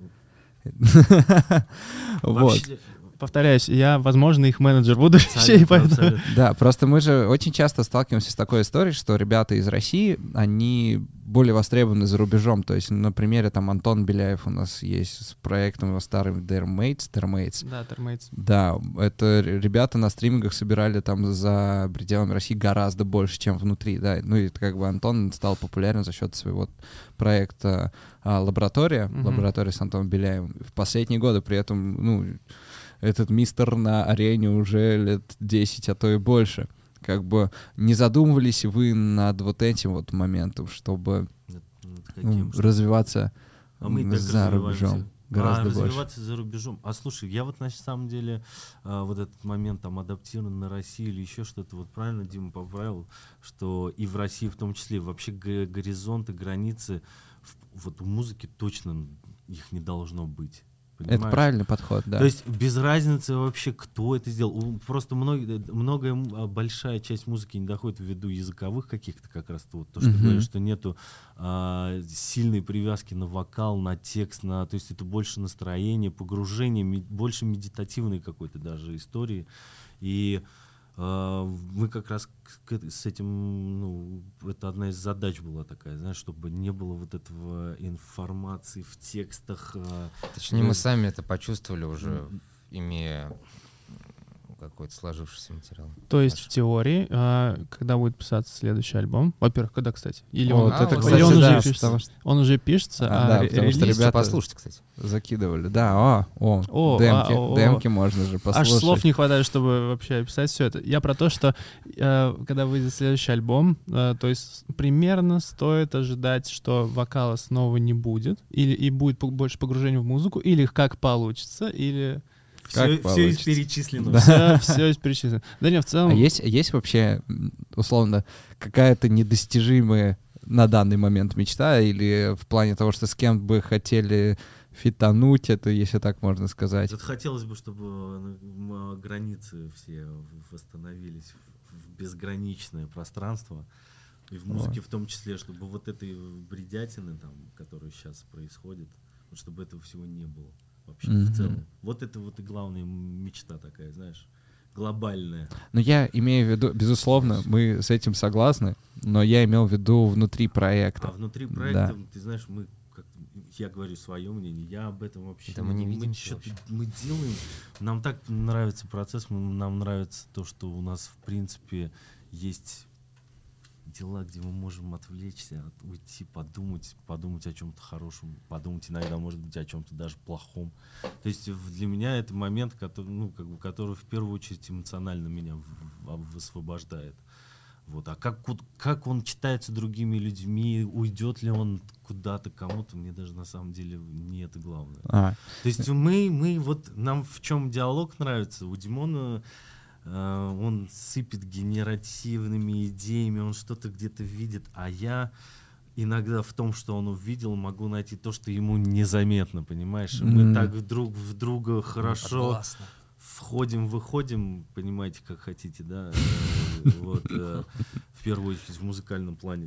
Вот. Повторяюсь, я, возможно, их менеджер будущий, поэтому... Да, просто мы же очень часто сталкиваемся с такой историей, что ребята из России, они более востребованы за рубежом. То есть на примере там Антон Беляев у нас есть с проектом его старым Dermates. Да, Termates. Да, это ребята на стримингах собирали там за пределами России гораздо больше, чем внутри, да. Ну и как бы Антон стал популярен за счет своего проекта «Лаборатория», лаборатория с Антоном Беляевым. В последние годы при этом, ну, этот мистер на арене уже лет 10, а то и больше. Как бы не задумывались вы над вот этим вот моментом, чтобы развиваться за рубежом гораздо больше? Развиваться за рубежом. А слушай, я вот на самом деле вот этот момент там адаптирован на Россию или еще что-то, вот правильно Дима поправил, что и в России в том числе вообще горизонты, границы вот в музыке точно их не должно быть. Понимаешь? Это правильный подход, да. То есть без разницы вообще, кто это сделал. Просто большая часть музыки не доходит ввиду языковых каких-то как раз вот то, что говоришь, что нету сильной привязки на вокал, на текст, то есть это больше настроение, погружение, больше медитативной какой-то даже истории. И мы как раз с этим, ну, это одна из задач была такая, знаешь, чтобы не было вот этого информации в текстах. Точнее, мы сами это почувствовали уже, имея какой-то сложившийся материал. То есть в теории, когда будет писаться следующий альбом, во-первых, когда, кстати? Или Вот, он, это, или кстати, он да, уже пишется? Он уже пишется, да, потому что релиз... ребята послушайте, кстати. Закидывали. Да, демки можно же послушать. Аж слов не хватает, чтобы вообще описать все это. Я про то, что когда выйдет следующий альбом, то есть примерно стоит ожидать, что вокала снова не будет, и будет больше погружения в музыку, или как получится, или... Все из перечисленного. Да. Все из перечисленного. Да не, в целом... А есть вообще, условно, какая-то недостижимая на данный момент мечта, или в плане того, что с кем бы хотели фитануть, это, если так можно сказать? Вот хотелось бы, чтобы границы все восстановились в безграничное пространство, и в музыке в том числе, чтобы вот этой бредятины, там, которая сейчас происходит, вот чтобы этого всего не было. Вообще, в целом. Вот это вот и главная мечта такая, знаешь, глобальная. Ну, я имею в виду, безусловно, мы с этим согласны, но я имел в виду внутри проекта. А внутри проекта, да. ты знаешь, мы я говорю свое мнение, я об этом вообще... Да мы не видим вообще. Мы делаем, нам так нравится процесс, нам нравится то, что у нас, в принципе, есть дела, где мы можем отвлечься, уйти, подумать о чем-то хорошем, подумать иногда, может быть, о чем-то даже плохом. То есть для меня это момент, который в первую очередь эмоционально меня высвобождает. Вот. А как он читается другими людьми, уйдет ли он куда-то, кому-то, мне даже на самом деле не это главное. То есть нам в чем диалог нравится, у Димона он сыпет генеративными идеями, он что-то где-то видит, а я иногда в том, что он увидел, могу найти то, что ему незаметно, понимаешь? Мы так друг в друга хорошо входим, выходим, понимаете, как хотите, да? В первую очередь в музыкальном плане.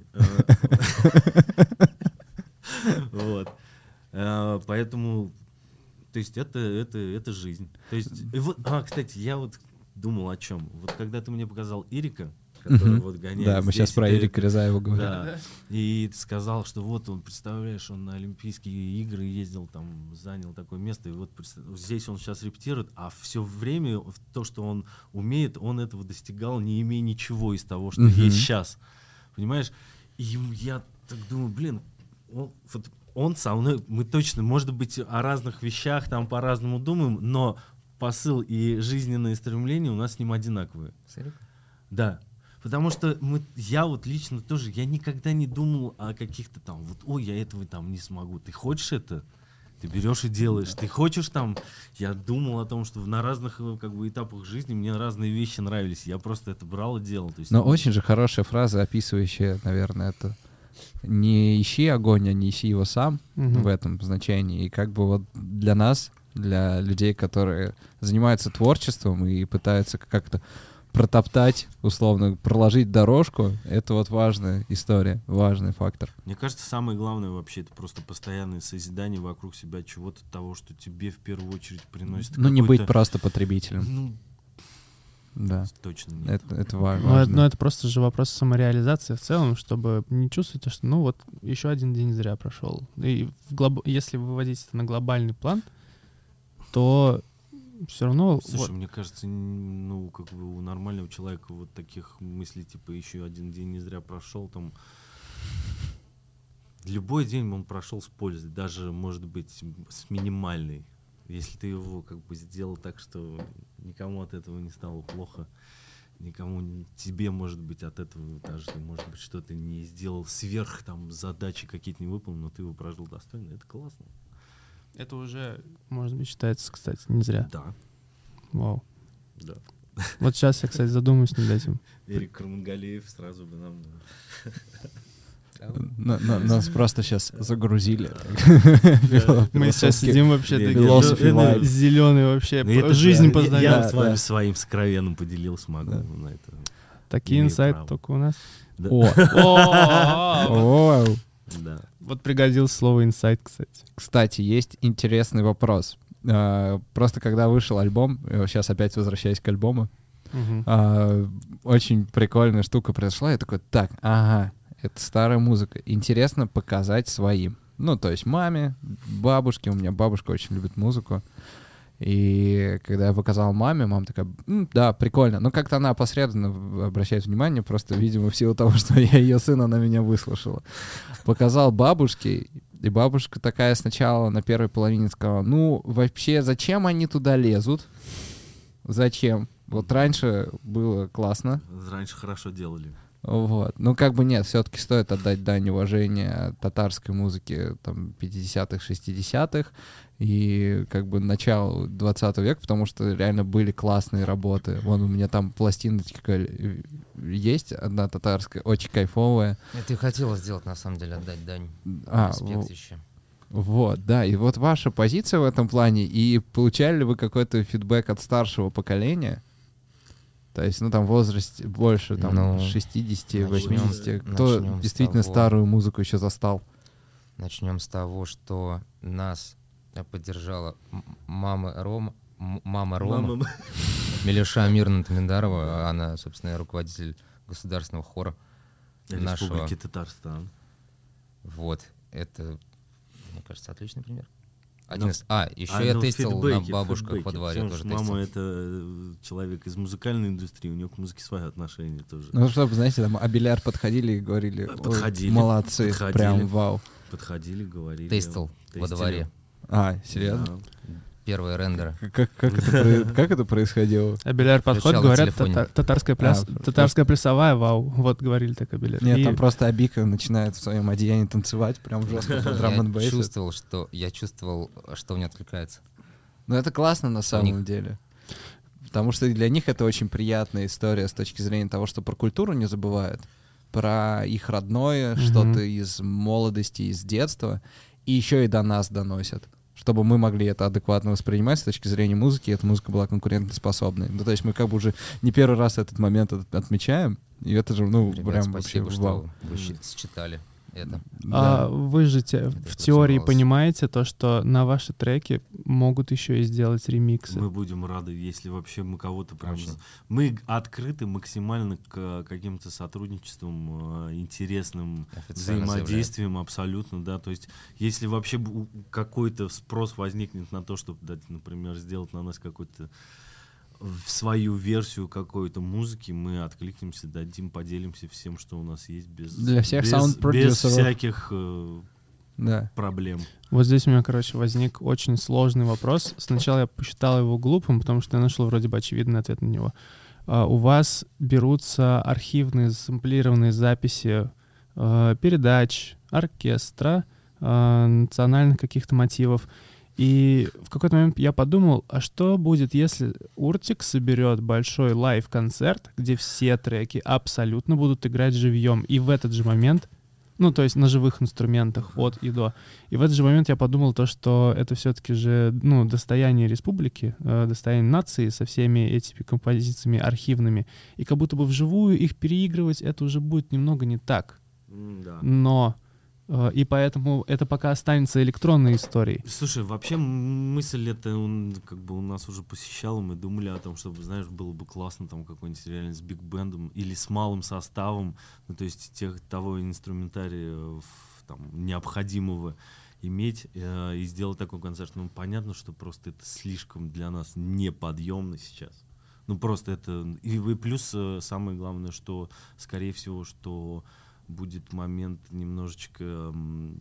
Вот. Поэтому, то есть это жизнь. То есть, кстати, я вот думал о чем. Вот когда ты мне показал Ирика, который вот гоняет. Да, мы сейчас про Ирика Рязаева говорим. Да. И ты сказал, что вот он, представляешь, он на Олимпийские игры ездил, там, занял такое место, и вот здесь он сейчас репетирует, а все время то, что он умеет, он этого достигал, не имея ничего из того, что есть сейчас. Понимаешь? И я так думаю, он со мной, мы точно, может быть, о разных вещах там по-разному думаем, но посыл и жизненные стремления у нас с ним одинаковые. Да. Потому что я вот лично тоже, я никогда не думал о каких-то там, я этого там не смогу. Ты хочешь это? Ты берешь и делаешь. Ты хочешь там? Я думал о том, что на разных этапах жизни мне разные вещи нравились. Я просто это брал и делал. То есть, но очень же хорошая фраза, описывающая, наверное, это. Не ищи огонь, а неси его сам в этом значении. И как бы вот для нас, для людей, которые занимаются творчеством и пытаются как-то протоптать, условно, проложить дорожку, это вот важная история, важный фактор. Мне кажется, самое главное вообще это просто постоянное созидание вокруг себя чего-то того, что тебе в первую очередь приносит. Ну, не быть просто потребителем. Да. Точно нет. Это важно. Но это просто же вопрос самореализации в целом, чтобы не чувствовать, что еще один день зря прошел. И если выводить это на глобальный план, то все равно... Слушай, мне кажется, у нормального человека вот таких мыслей, типа, еще один день не зря прошел, там... Любой день он прошел с пользой, даже, может быть, с минимальной. Если ты его сделал так, что никому от этого не стало плохо, тебе, может быть, от этого даже, может быть, что-то не сделал сверх, там, задачи какие-то не выполнил, но ты его прожил достойно, это классно. Это уже, может быть, считается, кстати, не зря. Да. Вау. Да. Вот сейчас я, кстати, задумаюсь над этим. Эрик Кармангалеев сразу бы нам... Нас просто сейчас загрузили. Мы сейчас сидим вообще такие зеленые вообще, жизнь познаем. Я с вами своим сокровенным поделился, могу на это. Такие инсайты только у нас. Да. Вот пригодилось слово инсайт, кстати. Кстати, есть интересный вопрос. Просто когда вышел альбом, сейчас опять возвращаюсь к альбому, очень прикольная штука произошла. Я такой, это старая музыка. Интересно показать своим. Ну, то есть маме, бабушке. У меня бабушка очень любит музыку. И когда я показал маме, мама такая, да, прикольно. Но как-то она посредственно обращает внимание, просто, видимо, в силу того, что я ее сын, она меня выслушала. Показал бабушке, и бабушка такая сначала на первой половине сказала, вообще, зачем они туда лезут? Зачем? Вот раньше было классно. Раньше хорошо делали. Вот. Нет, все-таки стоит отдать дань уважения татарской музыке там 50-х, 60-х и началу 20 века, потому что реально были классные работы. Вон у меня там пластиночка есть, одна татарская, очень кайфовая. Это и хотела сделать, на самом деле, отдать дань. Респект еще. Вот, да, и вот ваша позиция в этом плане, и получали ли вы какой-то фидбэк от старшего поколения? То есть, там в возрасте больше, 60-80, кто действительно старую музыку еще застал? Начнем с того, что нас поддержала мама Рома, Милюша Амировна Тминдарова, она, собственно, руководитель государственного хора Республики Татарстан. Вот, это мне кажется, отличный пример. Еще я тестил на бабушках во дворе. Тоже мама — это человек из музыкальной индустрии, у нее к музыке свои отношения тоже. Ну, чтобы, знаете, там Абеляр подходили и говорили: молодцы, прям вау. Подходили, говорили. Тестил во дворе. Серьезно? Да. Первые рендеры. Как это происходило? Абеляр подходит, говорят, татарская плясовая, вау. Вот говорили так Абеляр. Нет, там просто Абика начинает в своем одеянии танцевать, прям жестко под драм-н-бейс. Я чувствовал, что у меня откликается. Ну это классно на самом деле. Потому что для них это очень приятная история с точки зрения того, что про культуру не забывают, про их родное, что-то из молодости, из детства, и еще и до нас доносят, чтобы мы могли это адекватно воспринимать с точки зрения музыки, и эта музыка была конкурентоспособной. Ну, то есть мы как бы уже не первый раз этот момент отмечаем, и это же, Ребят, прям спасибо, вообще что вы считали это. Вы же в теории понимаете то, что на ваши треки могут еще и сделать ремиксы? Мы будем рады, если вообще мы кого-то прям... Мы открыты максимально к каким-то сотрудничествам, интересным взаимодействием, абсолютно, да. То есть если вообще какой-то спрос возникнет на то, чтобы, например, сделать на нас какой-то свою версию какой-то музыки, мы откликнемся, дадим, поделимся всем, что у нас есть, без всяких проблем. Вот здесь у меня, возник очень сложный вопрос. Сначала я посчитал его глупым, потому что я нашел вроде бы очевидный ответ на него. У вас берутся архивные сэмплированные записи передач, оркестра, национальных каких-то мотивов. И в какой-то момент я подумал, а что будет, если Уртик соберет большой лайв-концерт, где все треки абсолютно будут играть живьем, и в этот же момент, то есть на живых инструментах от и до. И в этот же момент я подумал то, что это все-таки же, достояние республики, достояние нации со всеми этими композициями архивными. И как будто бы вживую их переигрывать, это уже будет немного не так. Да. Но... И поэтому это пока останется электронной историей. Слушай, вообще мысль эта у нас уже посещала, мы думали о том, чтобы, знаешь, было бы классно там какой-нибудь реально с биг-бендом или с малым составом, то есть того инструментария там, необходимого иметь и сделать такой концерт. Понятно, что просто это слишком для нас неподъемно сейчас. Просто это... И плюс самое главное, что, скорее всего, что будет момент немножечко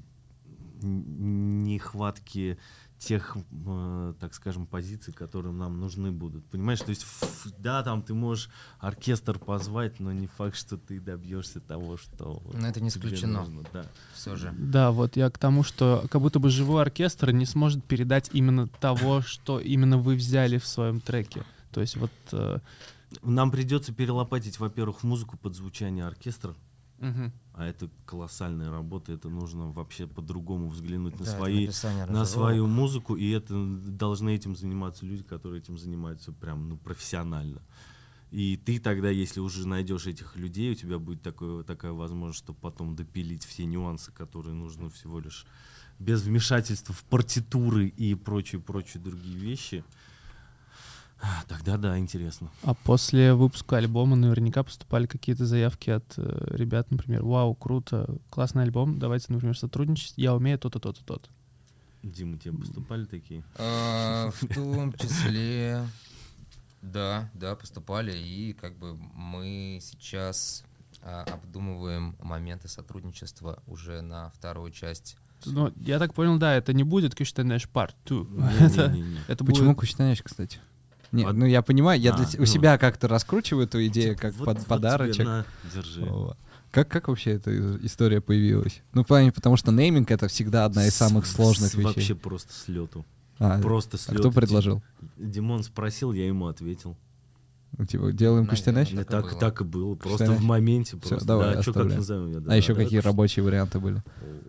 нехватки тех, так скажем, позиций, которые нам нужны будут. Понимаешь, то есть, да, там ты можешь оркестр позвать, но не факт, что ты добьешься того, что... Но это не исключено. Нужно, да. Все же. Да, вот я к тому, что как будто бы живой оркестр не сможет передать именно того, что именно вы взяли в своем треке. То есть вот... Нам придется перелопатить, во-первых, музыку под звучание оркестра. А это колоссальная работа, это нужно вообще по-другому взглянуть на свою музыку, и это должны этим заниматься люди, которые этим занимаются прям профессионально. И ты тогда, если уже найдешь этих людей, у тебя будет такая возможность, чтобы потом допилить все нюансы, которые нужны всего лишь без вмешательства в партитуры и прочие другие вещи. Тогда да, интересно. А после выпуска альбома наверняка поступали какие-то заявки от ребят, например: вау, круто, классный альбом, давайте, например, сотрудничать, я умею то-то, то-то, то-то. Дима, тебе поступали такие? В том числе, да, поступали, и как бы мы сейчас обдумываем моменты сотрудничества уже на вторую часть. Ну, я так понял, да, это не будет Куштанеш Part 2. Это почему Куштанеш, кстати? Нет, я понимаю, я у себя как-то раскручиваю эту идею, как подарочек. Держи. Как вообще эта история появилась? В плане, потому что нейминг — это всегда одна из самых сложных вещей. Вообще просто с лету. Просто с лету. А кто предложил? Димон спросил, я ему ответил. Типа, делаем Куштанеш? Так и было, просто в моменте. Все, давай, что как назовем? А еще какие рабочие варианты были?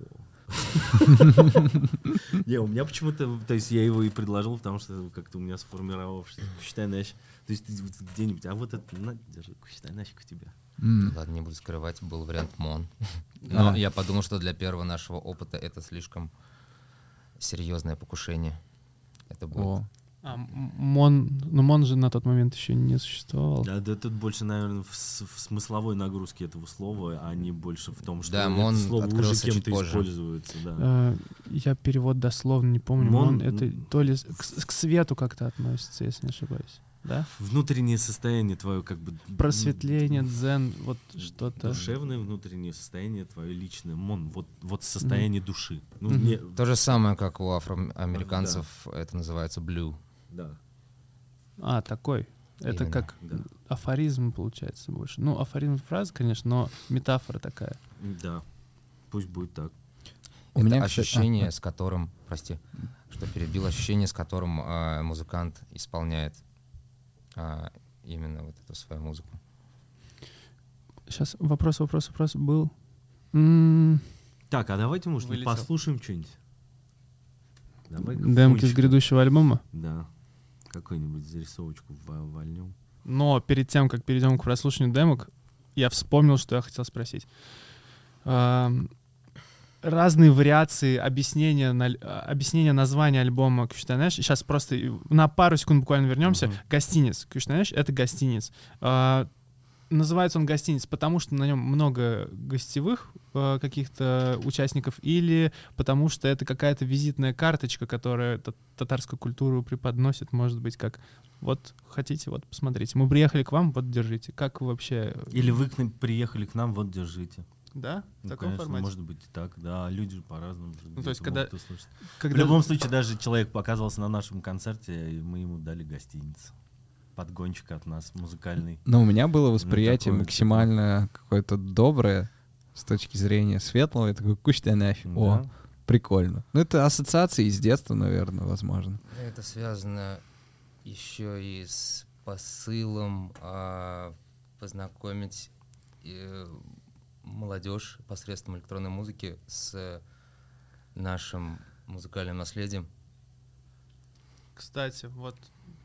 Не, у меня почему-то, то есть я его и предложил, потому что как-то у меня сформировавшийся Куштанеш. То есть где-нибудь, а вот это, на, держи, Куштанешек у тебя. Ладно, не буду скрывать, был вариант Мон. Но я подумал, что для первого нашего опыта это слишком серьезное покушение. Это будет Мон же на тот момент еще не существовал. Да, тут больше, наверное, в смысловой нагрузке этого слова, а не больше в том, что Да, это Мон слово уже открылся чуть кем-то позже. используется. Да. Я перевод дословно не помню. Мон- Мон это то ли к свету как-то относится, если не ошибаюсь. Да? Внутреннее состояние твое, как бы... Просветление, дзен, вот что-то. Душевное внутреннее состояние твое личное. Мон, вот состояние души. Ну, Мгм. не- То же самое, как у афроамериканцев, это называется blue. Да. Такой. Это Именно, как да. афоризм получается больше. Ну, афоризм фраза, конечно, но метафора такая. Да. Пусть будет так. У Это меня, кстати, ощущение, с которым, прости, что перебил, ощущение, с которым музыкант исполняет именно вот эту свою музыку. Сейчас вопрос был. Так, а давайте, может, Вылетел. послушаем что-нибудь. Давай Демки с грядущего альбома. Да. Какую-нибудь зарисовочку вольнем. Но перед тем, как перейдем к прослушиванию демок, я вспомнил, что я хотел спросить. Разные вариации объяснения названия альбома «Кюштанеш». Сейчас просто на пару секунд буквально вернемся. Гостиниц. «Кюштанеш» — это гостиниц. Называется он «Гостиниц», потому что на нем много гостевых каких-то участников, или потому что это какая-то визитная карточка, которая татарскую культуру преподносит, может быть, как вот хотите, вот посмотрите. Мы приехали к вам, вот держите. Как вы вообще... Или вы приехали к нам, вот держите. Да? В Ну, таком конечно, формате? может быть и так. Да, люди же по-разному. Ну, то есть, где-то когда- могут услышать. Когда- В любом случае, даже человек показывался на нашем концерте, и мы ему дали гостиницу. Подгончик от нас музыкальный. Но у меня было восприятие такое, максимально какое-то доброе с точки зрения светлого. Я такой, «Куштанеш». О, Да. прикольно. Ну, это ассоциации из детства, наверное, возможно. Это связано еще и с посылом познакомить молодежь посредством электронной музыки с нашим музыкальным наследием. Кстати, вот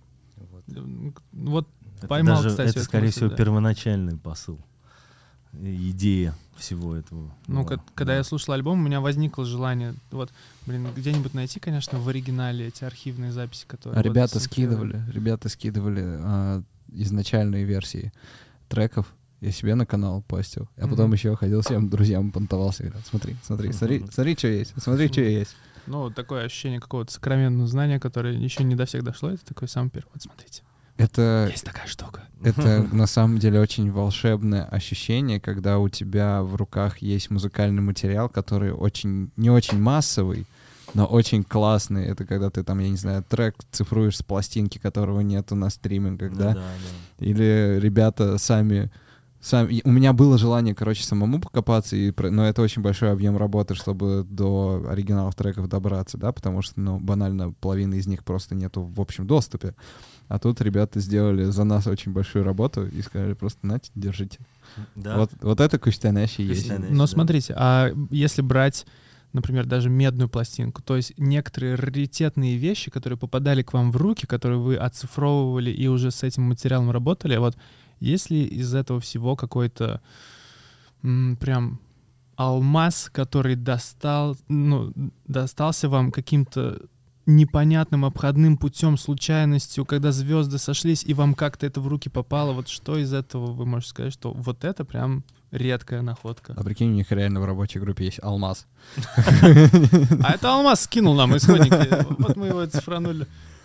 Вот. Это поймал, даже- кстати, это, эту скорее мысль, всего, да. первоначальный посыл. Идея всего этого. Ну, была. когда Да. я слушал альбом, у меня возникло желание, вот, где-нибудь найти, конечно, в оригинале эти архивные записи, которые... вот Ребята засэмплировали. скидывали изначальные версии треков. Я себе на канал постил. А Мгм. потом еще ходил всем друзьям, понтовался. Говорят, смотри, что есть. Смотри, что есть. Ну, такое ощущение какого-то сокровенного знания, которое еще не до всех дошло, это такой самый первый. Вот смотрите, Это есть такая штука. Это на самом деле очень волшебное ощущение, когда у тебя в руках есть музыкальный материал, который не очень массовый, но очень классный. Это когда ты там, я не знаю, трек цифруешь с пластинки, которого нету на стримингах, Ну да? да. Или ребята сами... У меня было желание, короче, самому покопаться, но это очень большой объем работы, чтобы до оригиналов треков добраться, да, потому что, ну, банально половины из них просто нету в общем доступе. А тут ребята сделали за нас очень большую работу и сказали просто, нате, держите. Да. Вот это Куштанеш и есть. Куштанеш. Но да. смотрите, а если брать, например, даже медную пластинку, то есть некоторые раритетные вещи, которые попадали к вам в руки, которые вы оцифровывали и уже с этим материалом работали, вот есть ли из этого всего какой-то прям алмаз, который достался вам каким-то непонятным обходным путем, случайностью, когда звезды сошлись, и вам как-то это в руки попало? Вот что из этого вы можете сказать, что вот это прям редкая находка? А прикинь, у них реально в рабочей группе есть алмаз. А это алмаз скинул нам исходники. Вот мы его цифранули.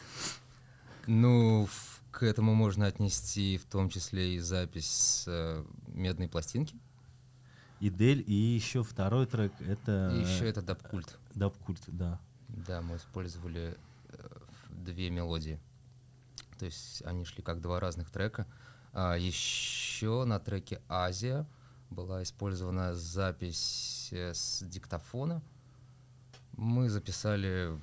Ну, к этому можно отнести в том числе и запись с медной пластинки. Идель, и еще второй трек — это... И еще это даб-культ. Даб-культ, да. Да, мы использовали две мелодии. То есть они шли как два разных трека. А еще на треке «Азия» была использована запись с диктофона. Мы записали,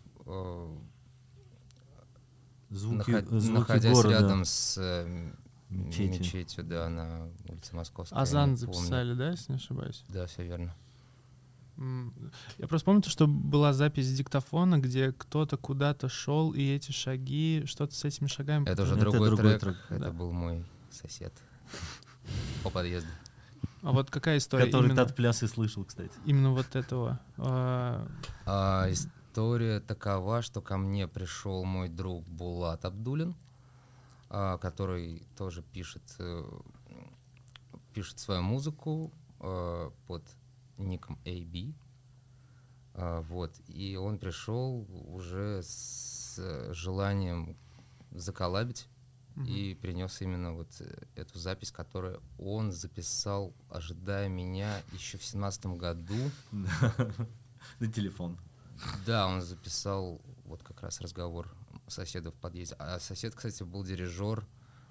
Звуки находясь города. рядом с Мечети. мечетью, да, на улице Московской. Азан не помню. записали, да, если не ошибаюсь? Да, все верно. Я просто помню, что была запись с диктофона, где кто-то куда-то шел, и эти шаги, что-то с этими шагами... Это уже Это другой другой трек. трек, Это да. был мой сосед по подъезду. А вот какая история Который именно, Тат Пляс и слышал, кстати. именно вот этого? История такова, что ко мне пришел мой друг Булат Абдулин, который тоже пишет свою музыку под ником AB. Вот. И он пришел уже с желанием заколлабить и принес именно вот эту запись, которую он записал, ожидая меня еще в 2017 году. На телефон. Да, он записал вот как раз разговор соседа в подъезде. А сосед, кстати, был дирижер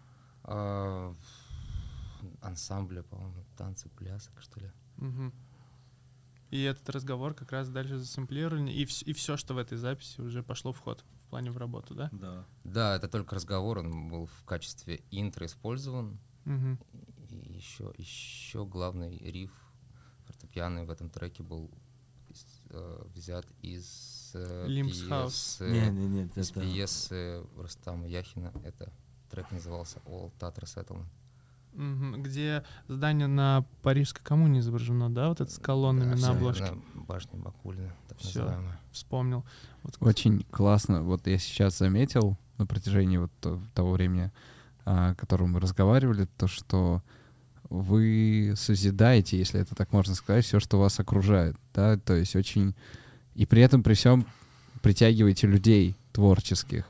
ансамбля, по-моему, танцы, плясок, что ли. И этот разговор как раз дальше засэмплировали, и все, что в этой записи, уже пошло в ход в плане в работу, да? Да. Да, это только разговор, он был в качестве интро использован. И еще главный риф фортепианный в этом треке был взят из пьесы Рустама Яхина. Это трек назывался All Tatra Settlement. Где здание на Парижской коммуне изображено, да, вот это с колоннами на обложке. Башня Бакулина, так Всё, называемая. Вспомнил. Вот. Очень классно. Вот я сейчас заметил на протяжении вот того времени, о котором мы разговаривали, то, что вы созидаете, если это так можно сказать, все, что вас окружает, да, то есть очень... И при этом при всем притягиваете людей творческих.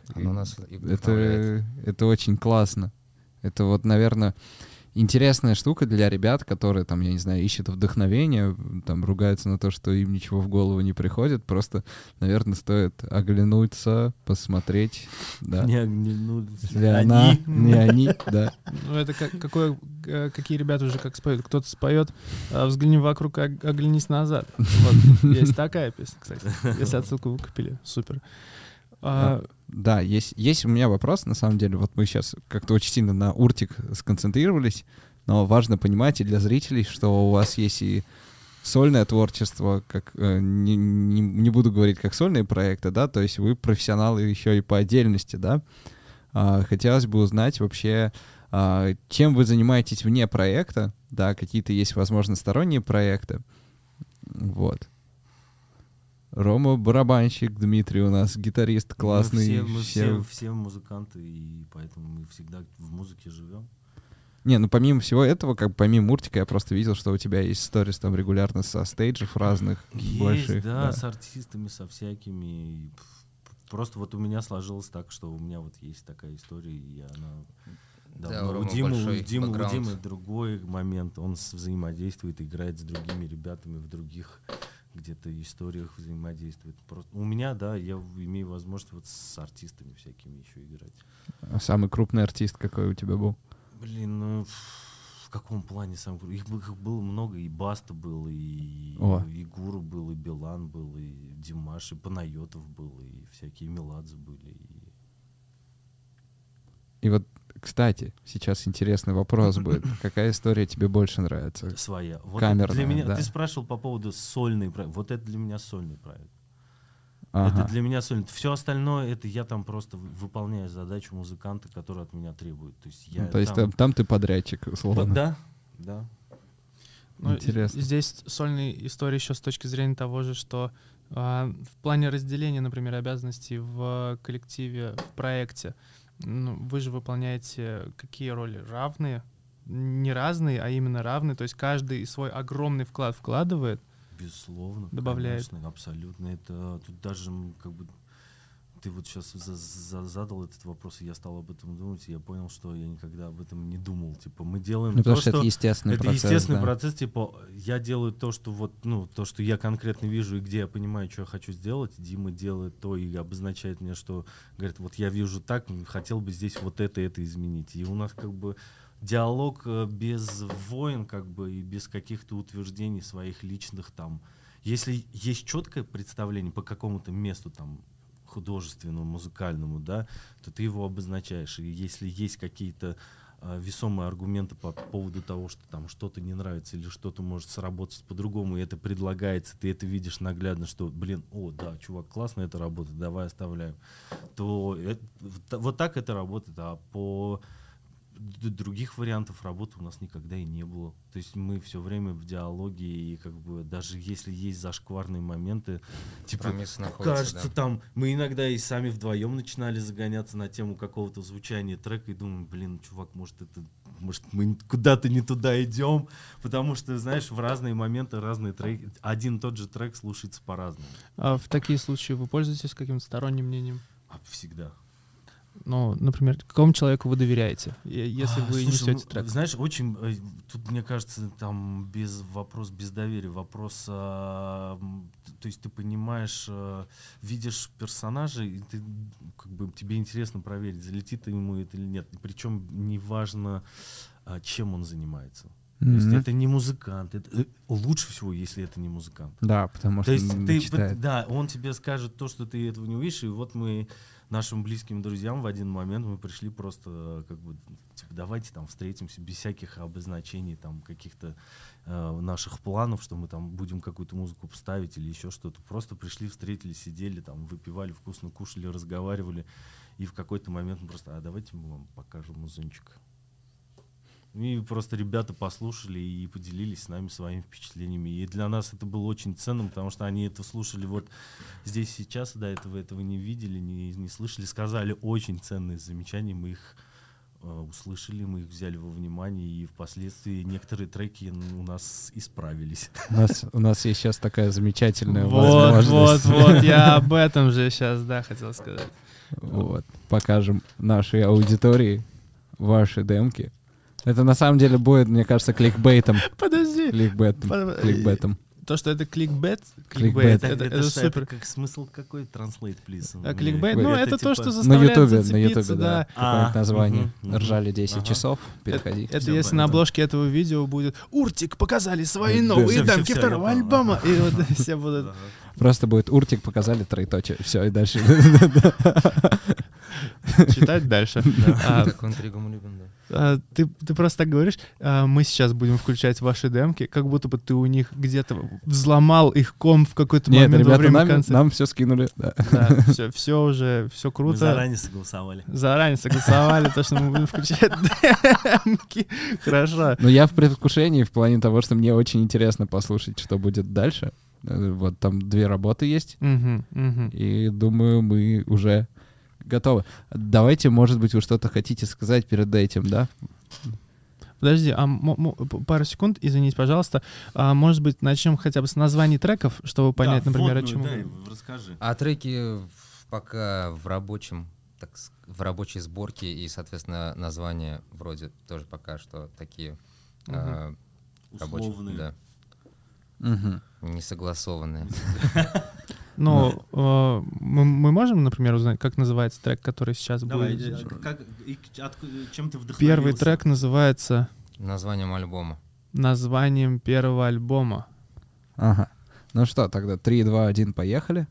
Это очень классно. Это вот, наверное, интересная штука для ребят, которые, там, я не знаю, ищут вдохновение, там, ругаются на то, что им ничего в голову не приходит. Просто, наверное, стоит оглянуться, посмотреть. Да. Не оглянулись. Не они, да. Ну, это какие ребята уже как споют. Кто-то споет «Взгляни вокруг, оглянись назад». Вот. Есть такая песня, кстати. Если отсылку выкупили. Супер. Да, есть у меня вопрос, на самом деле. Вот мы сейчас как-то очень сильно на Уртик сконцентрировались, но важно понимать и для зрителей, что у вас есть и сольное творчество, как не буду говорить как сольные проекты, да, то есть вы профессионалы еще и по отдельности, да. Хотелось бы узнать вообще, чем вы занимаетесь вне проекта, да, какие-то есть, возможно, сторонние проекты, вот. Рома барабанщик, Дмитрий у нас гитарист классный. Мы все музыканты, и поэтому мы всегда в музыке живем. Не, ну помимо всего этого, как помимо Муртика, я просто видел, что у тебя есть сторис там регулярно со стейджев разных. Есть, больших, да, с артистами, со всякими. Просто вот у меня сложилось так, что у меня вот есть такая история, и она... Да, у Димы другой момент, он взаимодействует, играет с другими ребятами в других где-то историях, взаимодействует. Просто у меня, да, я имею возможность вот с артистами всякими еще играть. А самый крупный артист какой у тебя был? Блин, ну в каком плане самый крупный? Их было много, и Баста был, и Гуру был, и Билан был, и Димаш, и Панайотов был, и всякие Меладзе были. И вот, кстати, сейчас интересный вопрос будет. Какая история тебе больше нравится? Своя. Вот камерная, для меня, да. Ты спрашивал по поводу сольный проект. Вот это для меня сольный проект. Ага. Это для меня сольный. Все остальное, это я там просто выполняю задачу музыканта, который от меня требует. То есть, я там ты подрядчик, условно. Да. Ну, интересно. Здесь сольная история еще с точки зрения того же, что в плане разделения, например, обязанностей в коллективе, в проекте, вы же выполняете какие роли? Равные? Не разные, а именно равные. То есть каждый свой огромный вклад вкладывает. Безусловно. Добавляет. Конечно, абсолютно. Это тут даже как бы ты вот сейчас задал этот вопрос, и я стал об этом думать, и я понял, что я никогда об этом не думал. Типа мы делаем потому что это естественный процесс. Это естественный процесс, типа я делаю то, что вот, то, что я конкретно вижу и где я понимаю, что я хочу сделать. Дима делает то и обозначает мне, что говорит, вот я вижу так, хотел бы здесь вот это изменить. И у нас как бы диалог без войн, как бы, и без каких-то утверждений своих личных там. Если есть четкое представление по какому-то месту там художественному, музыкальному, да, то ты его обозначаешь. И если есть какие-то весомые аргументы по поводу того, что там что-то не нравится или что-то может сработать по-другому, и это предлагается, ты это видишь наглядно, что, да, чувак, классно это работает, давай оставляем, то вот так это работает. А других вариантов работы у нас никогда и не было. То есть мы все время в диалоге, и как бы даже если есть зашкварные моменты, типа, кажется, да. Там мы иногда и сами вдвоем начинали загоняться на тему какого-то звучания трека и думаем, блин, чувак, может мы куда-то не туда идем, потому что, знаешь, в разные моменты разные треки, один и тот же трек слушается по-разному. А в такие случаи вы пользуетесь каким-то сторонним мнением? Всегда. Ну, например, какому человеку вы доверяете, если вы несете трек? Знаешь, очень, тут, мне кажется, там без доверия, вопрос, то есть ты понимаешь, видишь персонажа, и ты, как бы, тебе интересно проверить, залетит ему это или нет. Причем неважно, чем он занимается. То есть это не музыкант. Лучше всего, если это не музыкант. Да, потому что не читает. Да, он тебе скажет то, что ты этого не увидишь, и вот мы нашим близким друзьям в один момент мы пришли просто как бы типа, давайте там встретимся без всяких обозначений там каких-то наших планов, что мы там будем какую-то музыку поставить или еще что-то. Просто пришли, встретились, сидели там, выпивали, вкусно кушали, разговаривали, и в какой-то момент мы просто, давайте мы вам покажем музончик. И просто ребята послушали и поделились с нами своими впечатлениями. И для нас это было очень ценным, потому что они это слушали вот здесь сейчас, до этого не видели, не слышали, сказали очень ценные замечания, мы их услышали, мы их взяли во внимание, и впоследствии некоторые треки у нас исправились. У нас есть сейчас такая замечательная возможность. Вот, я об этом же сейчас, хотел сказать. Вот, покажем нашей аудитории ваши демки. Это на самом деле будет, мне кажется, кликбейтом. Подожди. Кликбейтом. То, что это кликбейт, это супер. Как смысл какой? Translate, please. А кликбейт, это то, что На заставляет Ютубе, зацепиться, да. Какое-то название. Ржали 10 часов. Переходи. Это если на обложке этого видео будет «Уртик, показали свои новые демки второго альбома». И вот все будут... Просто будет «Уртик, показали троеточие». Все, и дальше. Читать дальше. Такую интригу мы любим, да. Ты просто так говоришь, мы сейчас будем включать ваши демки, как будто бы ты у них где-то взломал их комп в какой-то момент. Нет, во время ребята, нам все скинули. Да, все уже, все круто. Мы заранее согласовали. То, что мы будем включать демки. Хорошо. Но я в предвкушении в плане того, что мне очень интересно послушать, что будет дальше. Вот там 2 работы есть, и думаю, мы уже готовы. Давайте, может быть, вы что-то хотите сказать перед этим, да? Подожди, пару секунд, извините, пожалуйста. Может быть, начнем хотя бы с названий треков, чтобы понять, например, о чем... Расскажи. А треки пока в рабочей сборке, и, соответственно, названия вроде тоже пока что такие условные. Да. Не согласованные. Но мы можем, например, узнать, как называется трек, который сейчас будет? Чем ты вдохновился? Первый трек называется... Названием первого альбома. Ага. Ну что, тогда 3, 2, 1, поехали.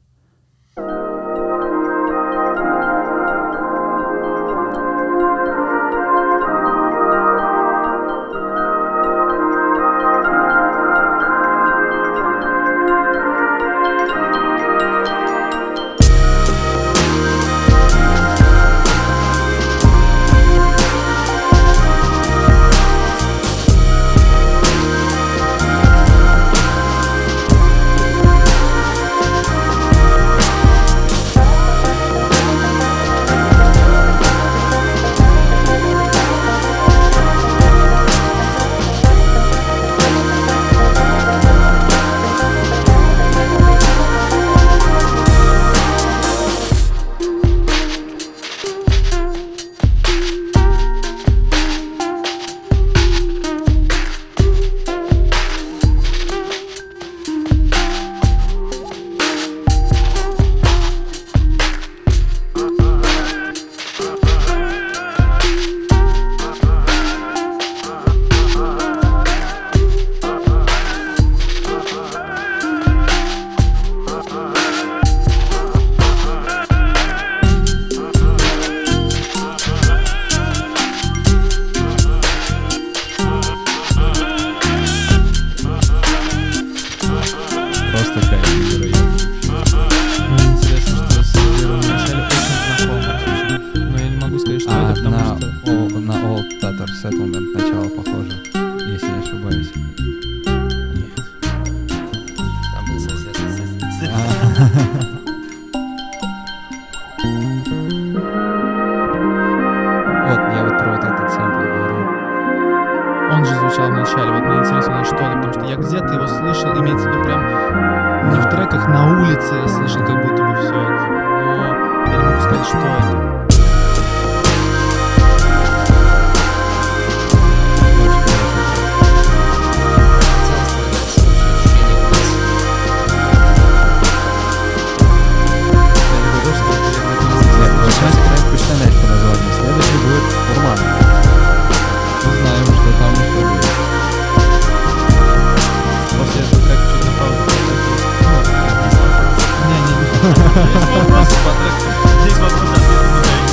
Вот, я вот про вот этот сэмпл говорю. Он же звучал в начале, вот мне интересно, на что ли, потому что я где-то его слышал, имеется в виду прям не в треках, на улице я слышал как будто бы все это, но я не могу сказать, что это. Сейчас проект «Куштанель» по названию, следующий будет «Урман». Мы знаем, что там что будет. После этого трека чуть на паузу поставить. Не-не-не. Есть вопросы по треку. Есть вопросы, ответы не дают.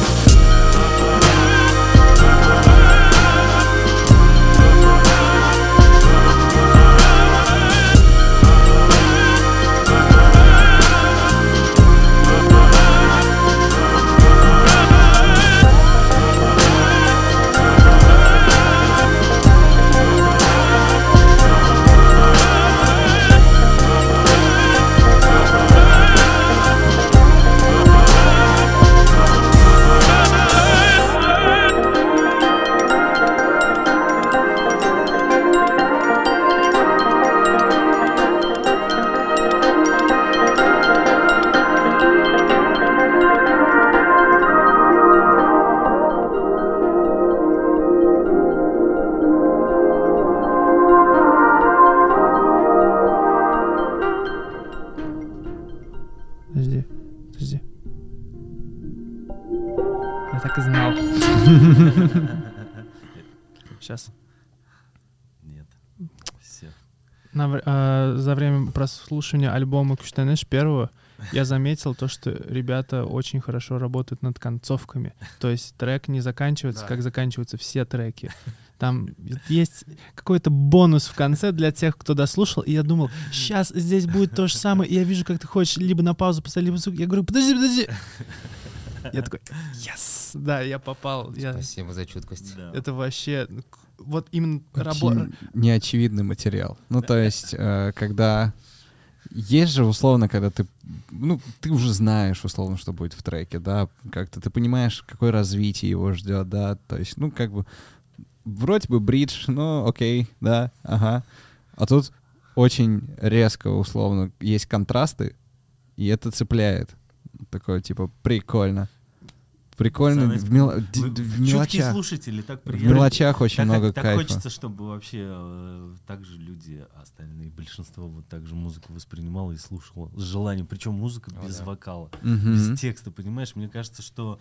Подожди. Я так и знал. Сейчас. Нет. Все. За время прослушивания альбома «Куштанеш» первого я заметил то, что ребята очень хорошо работают над концовками. То есть трек не заканчивается, как заканчиваются все треки. Там есть какой-то бонус в конце для тех, кто дослушал, и я думал, сейчас здесь будет то же самое, и я вижу, как ты хочешь либо на паузу поставить, либо звук. Я говорю, подожди. Я такой, yes! Да, я попал. Спасибо за чуткость. Да. Это вообще... Вот именно Очень неочевидный материал. Ну, то есть, когда... Есть же, условно, когда ты... Ну, ты уже знаешь, условно, что будет в треке, да? Как-то ты понимаешь, какое развитие его ждет, да? То есть, ну, как бы... Вроде бы бридж, ну, окей, да, ага. А тут очень резко, условно, есть контрасты, и это цепляет. Такое, типа, прикольно. Прикольно Пацаны, в чуткие мелочах. слушатели, так В приятно. мелочах очень много так кайфа. хочется, чтобы вообще так же люди, остальные, большинство вот так же музыку воспринимало и слушало с желанием. Причем музыка без вокала, Мгм. без текста, понимаешь? Мне кажется, что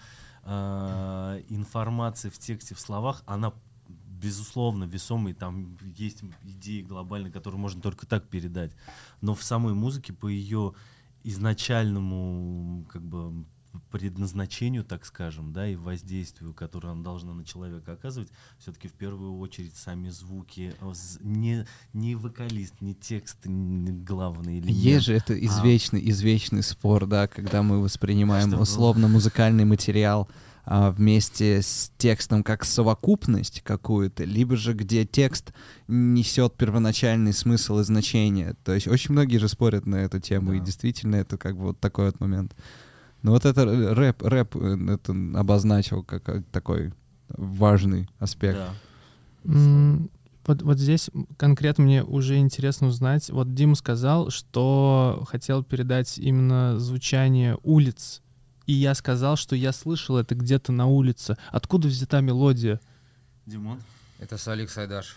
информация в тексте, в словах, она безусловно весомый, там есть идеи глобальные, которые можно только так передать. Но в самой музыке по ее изначальному как бы предназначению, так скажем, да, и воздействию, которое она должна на человека оказывать, все-таки в первую очередь сами звуки, не вокалист, не текст главный элемент. Есть же это извечный спор, да, когда мы воспринимаем условно музыкальный материал вместе с текстом как совокупность какую-то, либо же где текст несет первоначальный смысл и значение. То есть очень многие же спорят на эту тему, и действительно это как бы вот такой вот момент. Но вот это рэп это обозначил как такой важный аспект. Да. Вот здесь конкретно мне уже интересно узнать. Вот Дима сказал, что хотел передать именно звучание улиц. И я сказал, что я слышал это где-то на улице. Откуда взята мелодия? Димон? Это Салик Сайдашев.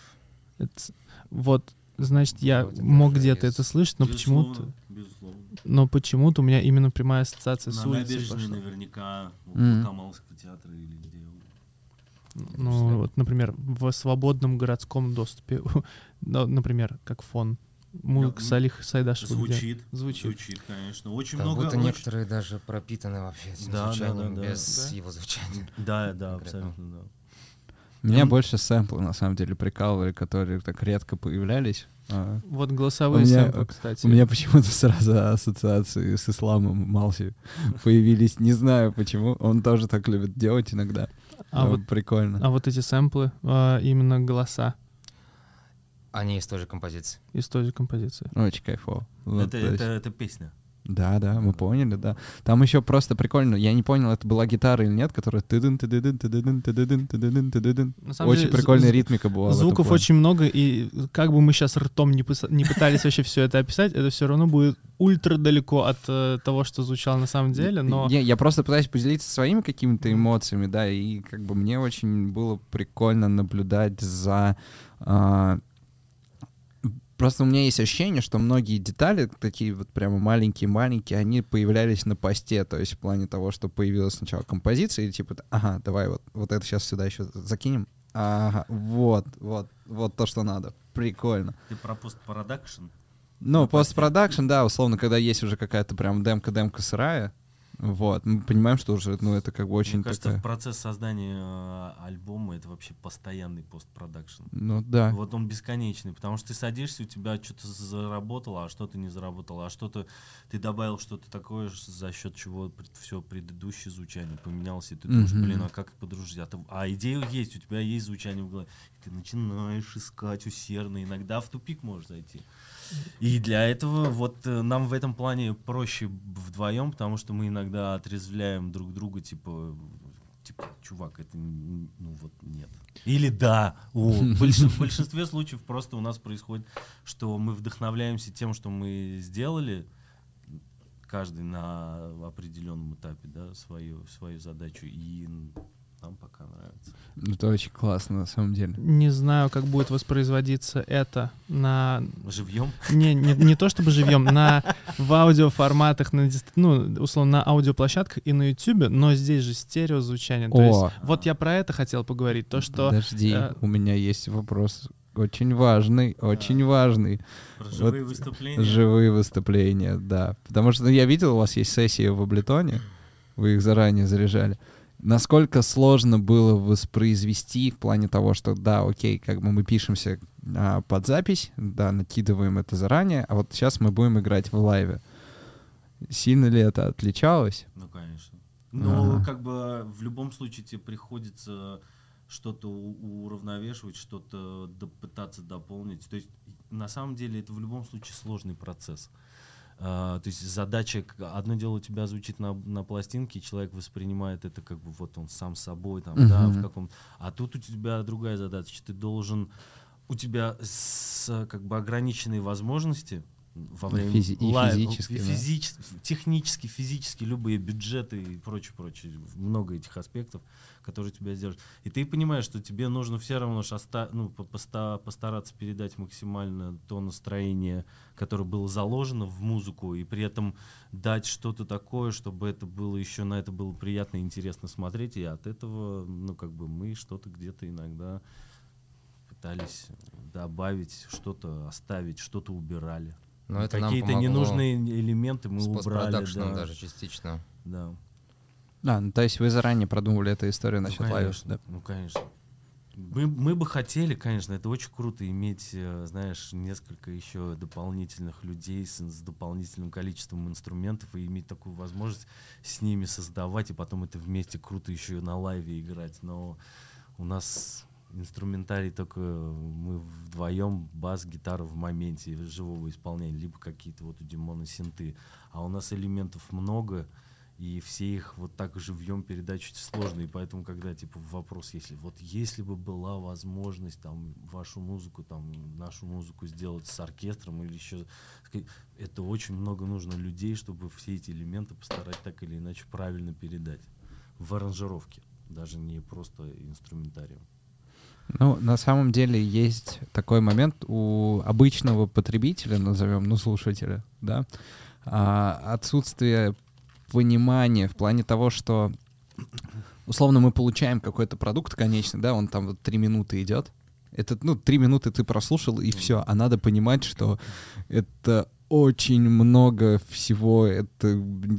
Вот, значит, я Вроде мог даже где-то есть. это слышать, но Безусловно. почему-то у меня именно прямая ассоциация с На улицей набережной пошла. наверняка, у Камалского театра или где. Ну, вот, например, в свободном городском доступе, например, как фон. Музыка Салих Сайдашева. Звучит, конечно. Очень Как много. будто некоторые даже пропитаны вообще этим звучанием да. без его звучания. Да, Конкретно. абсолютно, да. Меня больше сэмплы, на самом деле, прикалывали, которые так редко появлялись. Вот голосовые У меня- сэмплы, кстати. У меня почему-то сразу ассоциации с исламом Малси появились. Не знаю почему. Он тоже так любит делать иногда. А вот Прикольно. А вот эти сэмплы, именно голоса Они из той же композиции. из той же композиции. Очень кайфово. Вот, то есть- Это песня. Да, мы поняли, да. Там еще просто прикольно, я не понял, это была гитара или нет, которая очень прикольная ритмика была. Звуков очень много, и как бы мы сейчас ртом не пытались вообще все это описать, это все равно будет ультра далеко от того, что звучало на самом деле, но... Я просто пытаюсь поделиться своими какими-то эмоциями, да, и как бы мне очень было прикольно наблюдать за... Просто у меня есть ощущение, что многие детали, такие вот прямо маленькие-маленькие, они появлялись на посте, то есть в плане того, что появилась сначала композиция, и типа, ага, давай вот это сейчас сюда еще закинем. Ага, вот то, что надо. Прикольно. Ты про постпродакшн? Ну, постпродакшн, да, условно, когда есть уже какая-то прям демка сырая, вот, мы понимаем, что уже, ну, это как бы очень... Мне кажется, процесс создания альбома — это вообще постоянный постпродакшн. Ну, да. Вот он бесконечный, потому что ты садишься, у тебя что-то заработало, а что-то не заработало, а что-то ты добавил что-то такое, за счет чего все предыдущее звучание поменялось, и ты думаешь, блин, а как подружить? А идея есть, у тебя есть звучание в голове, и ты начинаешь искать усердно, иногда в тупик можешь зайти. И для этого вот нам в этом плане проще вдвоем, потому что мы иногда отрезвляем друг друга, типа чувак, это ну вот нет. Или да. В большинстве случаев просто у нас происходит, что мы вдохновляемся тем, что мы сделали, каждый на определенном этапе, да, свою задачу, и нам пока нравится. Это очень классно, на самом деле. Не знаю, как будет воспроизводиться это на... Живьем? Не то чтобы живьем, в аудиоформатах, условно, на аудиоплощадках и на YouTube, но здесь же стереозвучание. То есть, вот я про это хотел поговорить. То, что... Подожди, у меня есть вопрос очень важный, очень важный. Про живые выступления? Живые выступления, да. Потому что я видел, у вас есть сессии в Ableton, вы их заранее заряжали. Насколько сложно было воспроизвести в плане того, что да, окей, как бы мы пишемся под запись, да, накидываем это заранее, а вот сейчас мы будем играть в лайве. Сильно ли это отличалось? Ну, конечно. Но как бы в любом случае тебе приходится что-то уравновешивать, что-то пытаться дополнить. То есть на самом деле это в любом случае сложный процесс. То есть задача, одно дело у тебя звучит на пластинке, и человек воспринимает это как бы вот он сам собой, там, да, в каком-то... А тут у тебя другая задача, ты должен... У тебя как бы ограниченные возможности во время технически, физически, любые бюджеты и прочее, много этих аспектов, которые тебя держат. И ты понимаешь, что тебе нужно все равно постараться передать максимально то настроение, которое было заложено в музыку, и при этом дать что-то такое, чтобы это было еще на это было приятно и интересно смотреть, и от этого, ну, как бы мы что-то где-то иногда пытались добавить, что-то оставить, что-то убирали. Но это какие-то ненужные элементы мы убрали. С постпродакшеном даже частично. Да. Ну, то есть вы заранее продумывали эту историю насчет лайва? Да? Ну, конечно. Мы бы хотели, конечно, это очень круто иметь, знаешь, несколько еще дополнительных людей с дополнительным количеством инструментов и иметь такую возможность с ними создавать, и потом это вместе круто еще и на лайве играть. Но у нас... инструментарий только мы вдвоем, бас, гитара в моменте живого исполнения, либо какие-то вот у Димона синты. А у нас элементов много, и все их вот так живьем передать очень сложно. И поэтому, когда типа вопрос, если бы была возможность там вашу музыку, там нашу музыку сделать с оркестром или еще, это очень много нужно людей, чтобы все эти элементы постарать так или иначе правильно передать в аранжировке, даже не просто инструментарием. Ну, на самом деле есть такой момент у обычного потребителя, назовем, слушателя, да, отсутствие понимания в плане того, что условно мы получаем какой-то продукт конечный, да, он там вот 3 минуты идет, это, 3 минуты ты прослушал и все, а надо понимать, что это очень много всего, это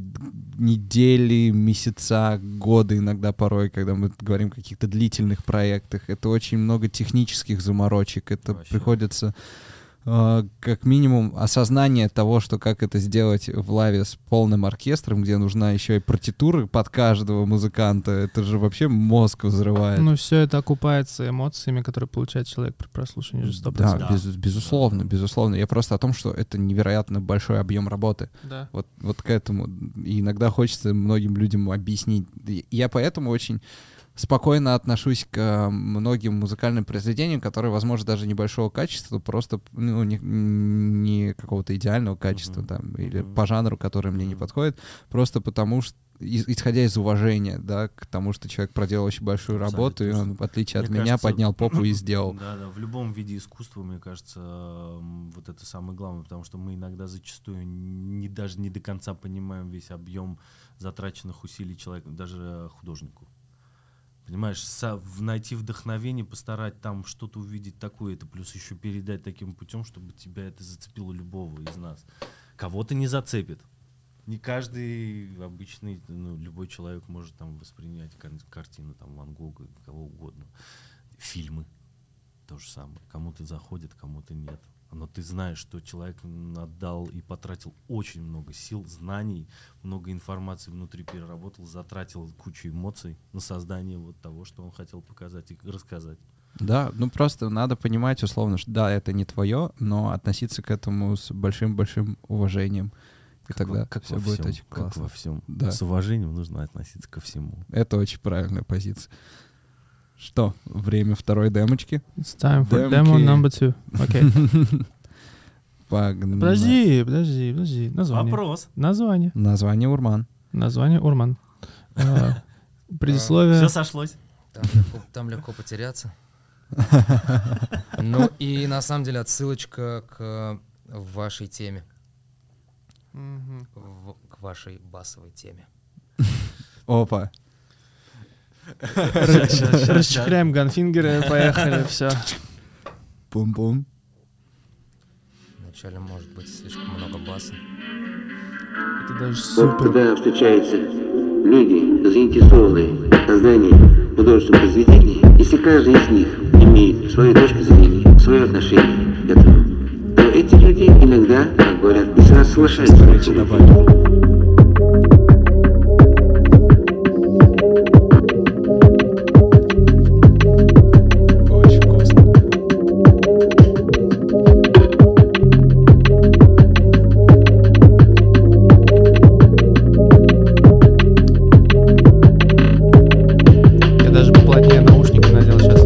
недели, месяца, годы иногда порой, когда мы говорим о каких-то длительных проектах, это очень много технических заморочек, это приходится как минимум осознание того, что как это сделать в лайве с полным оркестром, где нужна еще и партитура под каждого музыканта, это же вообще мозг взрывает. Ну, все это окупается эмоциями, которые получает человек при прослушивании же 100%. Да, безусловно, безусловно. Я просто о том, что это невероятно большой объем работы. Да. Вот к этому. И иногда хочется многим людям объяснить. Я поэтому очень спокойно отношусь к многим музыкальным произведениям, которые, возможно, даже небольшого качества, просто не какого-то идеального качества там, или по жанру, который мне не подходит, просто потому что исходя из уважения, да, к тому, что человек проделал очень большую работу, и он, в отличие от меня, поднял попу и сделал. Да, в любом виде искусства, мне кажется, вот это самое главное, потому что мы иногда зачастую даже не до конца понимаем весь объем затраченных усилий человека, даже художнику. Понимаешь, найти вдохновение, постарать там что-то увидеть такое, это плюс еще передать таким путем, чтобы тебя это зацепило любого из нас. Кого-то не зацепит. Не каждый обычный, любой человек может там воспринять картину там Ван Гога, кого угодно. Фильмы то же самое. Кому-то заходит, кому-то нет. Но ты знаешь, что человек отдал и потратил очень много сил, знаний, много информации внутри переработал, затратил кучу эмоций на создание вот того, что он хотел показать и рассказать. Да, просто надо понимать условно, что да, это не твое, но относиться к этому с большим-большим уважением. И тогда все будет очень классно. Как во всем. Да. С уважением нужно относиться ко всему. Это очень правильная позиция. Что, время второй демочки? It's time for demo number 2. Окей. Погнали. Подожди. Название. Вопрос. Название Урман. Название Урман. Предисловие. Все сошлось. Там легко потеряться. Ну и на самом деле отсылочка к вашей теме. К вашей басовой теме. Опа. Расчехляем ганфингеры, поехали, все. Пум-пум. Вначале может быть слишком много баса. Это даже Вот супер. когда встречаются люди, заинтересованные в создании художественных произведений, если каждый из них имеет свою точку зрения, свое отношение к этому, то эти люди иногда, как говорят, не сразу соглашаются с этим. Очень вкусно. Я даже поплотнее наушники надел сейчас.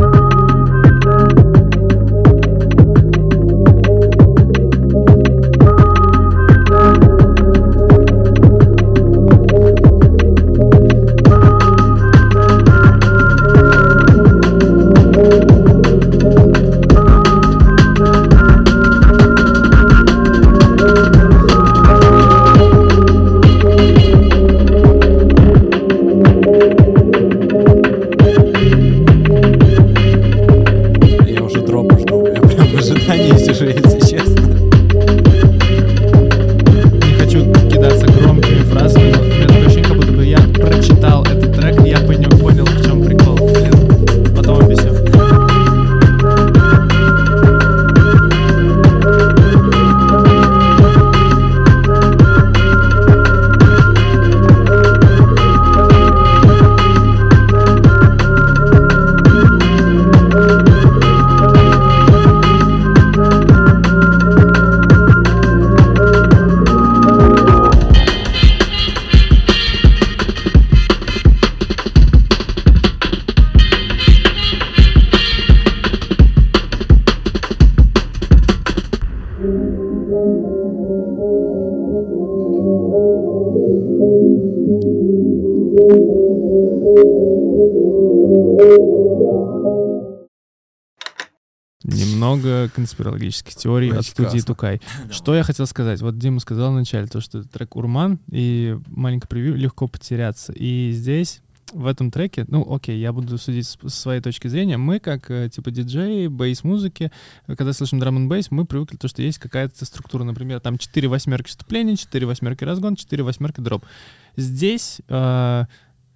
Я уже дропа жду. Я прям в ожидании сижу, если честно. Не хочу кидаться громкими фразами, но у меня такое ощущение, как будто бы я прочитал этот трек, и я понял, в чем прикол. Блин, потом объясню. Немного конспирологических теорий Очень от студии классно. Тукай. Что я хотел сказать? Вот Дима сказал вначале, то, что это трек Урман, и маленькое превью легко потеряться. И здесь, в этом треке, окей, я буду судить с своей точки зрения. Мы, как типа диджеи, бейс-музыки, когда слышим драм-н-бейс, мы привыкли то, что есть какая-то структура. Например, там 4 восьмерки вступления, 4 восьмерки разгон, 4 восьмерки дроп. Здесь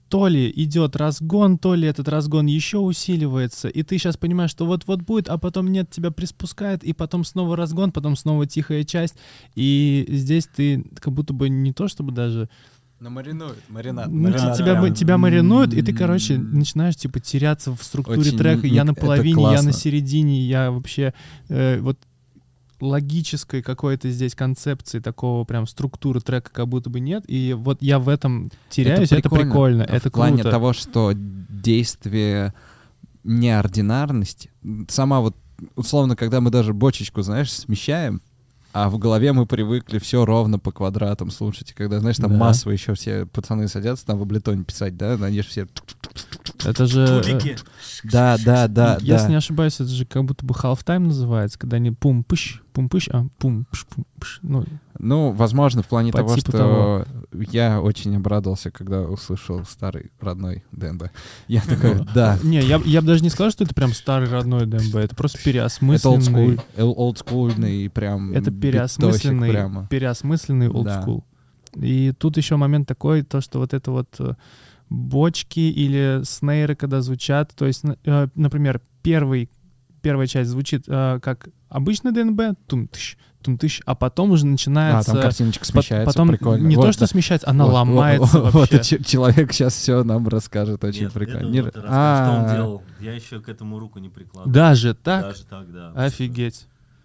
то ли идет разгон, то ли этот разгон еще усиливается, и ты сейчас понимаешь, что вот-вот будет, а потом нет, тебя приспускает, и потом снова разгон, потом снова тихая часть, и здесь ты как будто бы не то чтобы даже... Но маринует, маринад. Тебя маринуют, и ты, короче, начинаешь типа теряться в структуре Очень трека. Я на половине, я на классно. середине, я вообще вот логической какой-то здесь концепции такого прям структуры трека как будто бы нет. И вот я в этом теряюсь, это прикольно, это в плане круто. того, что действие неординарность, сама вот, условно, когда мы даже бочечку, знаешь, смещаем, а в голове мы привыкли все ровно по квадратам слушать. И когда, знаешь, там Да. массово еще все пацаны садятся там в Ableton писать, да, они же все... Это же... Кубики. Да. Если не ошибаюсь, это же как будто бы half-time называется, когда они пум-пыш, а пум-пыш. Ну, возможно, в плане По того, типу что я очень обрадовался, когда услышал старый родной ДНБ. Я такой, да. Не, я бы даже не сказал, что это прям старый родной ДМБ, это просто Это переосмысленный... олдскульный, прям Это битосик прямо. переосмысленный Да. олдскул. И тут еще момент такой, то, что вот это вот бочки или снейры, когда звучат, то есть, например, первая часть звучит как обычный ДНБ, тум-тыщ, а потом уже начинается... там картиночка смещается, потом прикольно. не Вот, то, что да. смещается, она Вот, ломается вот, вообще. человек сейчас все нам расскажет, очень Нет, прикольно. это вот расскажи, что он делал. Я еще к этому руку не прикладывал. Даже так? Даже так, да. Офигеть.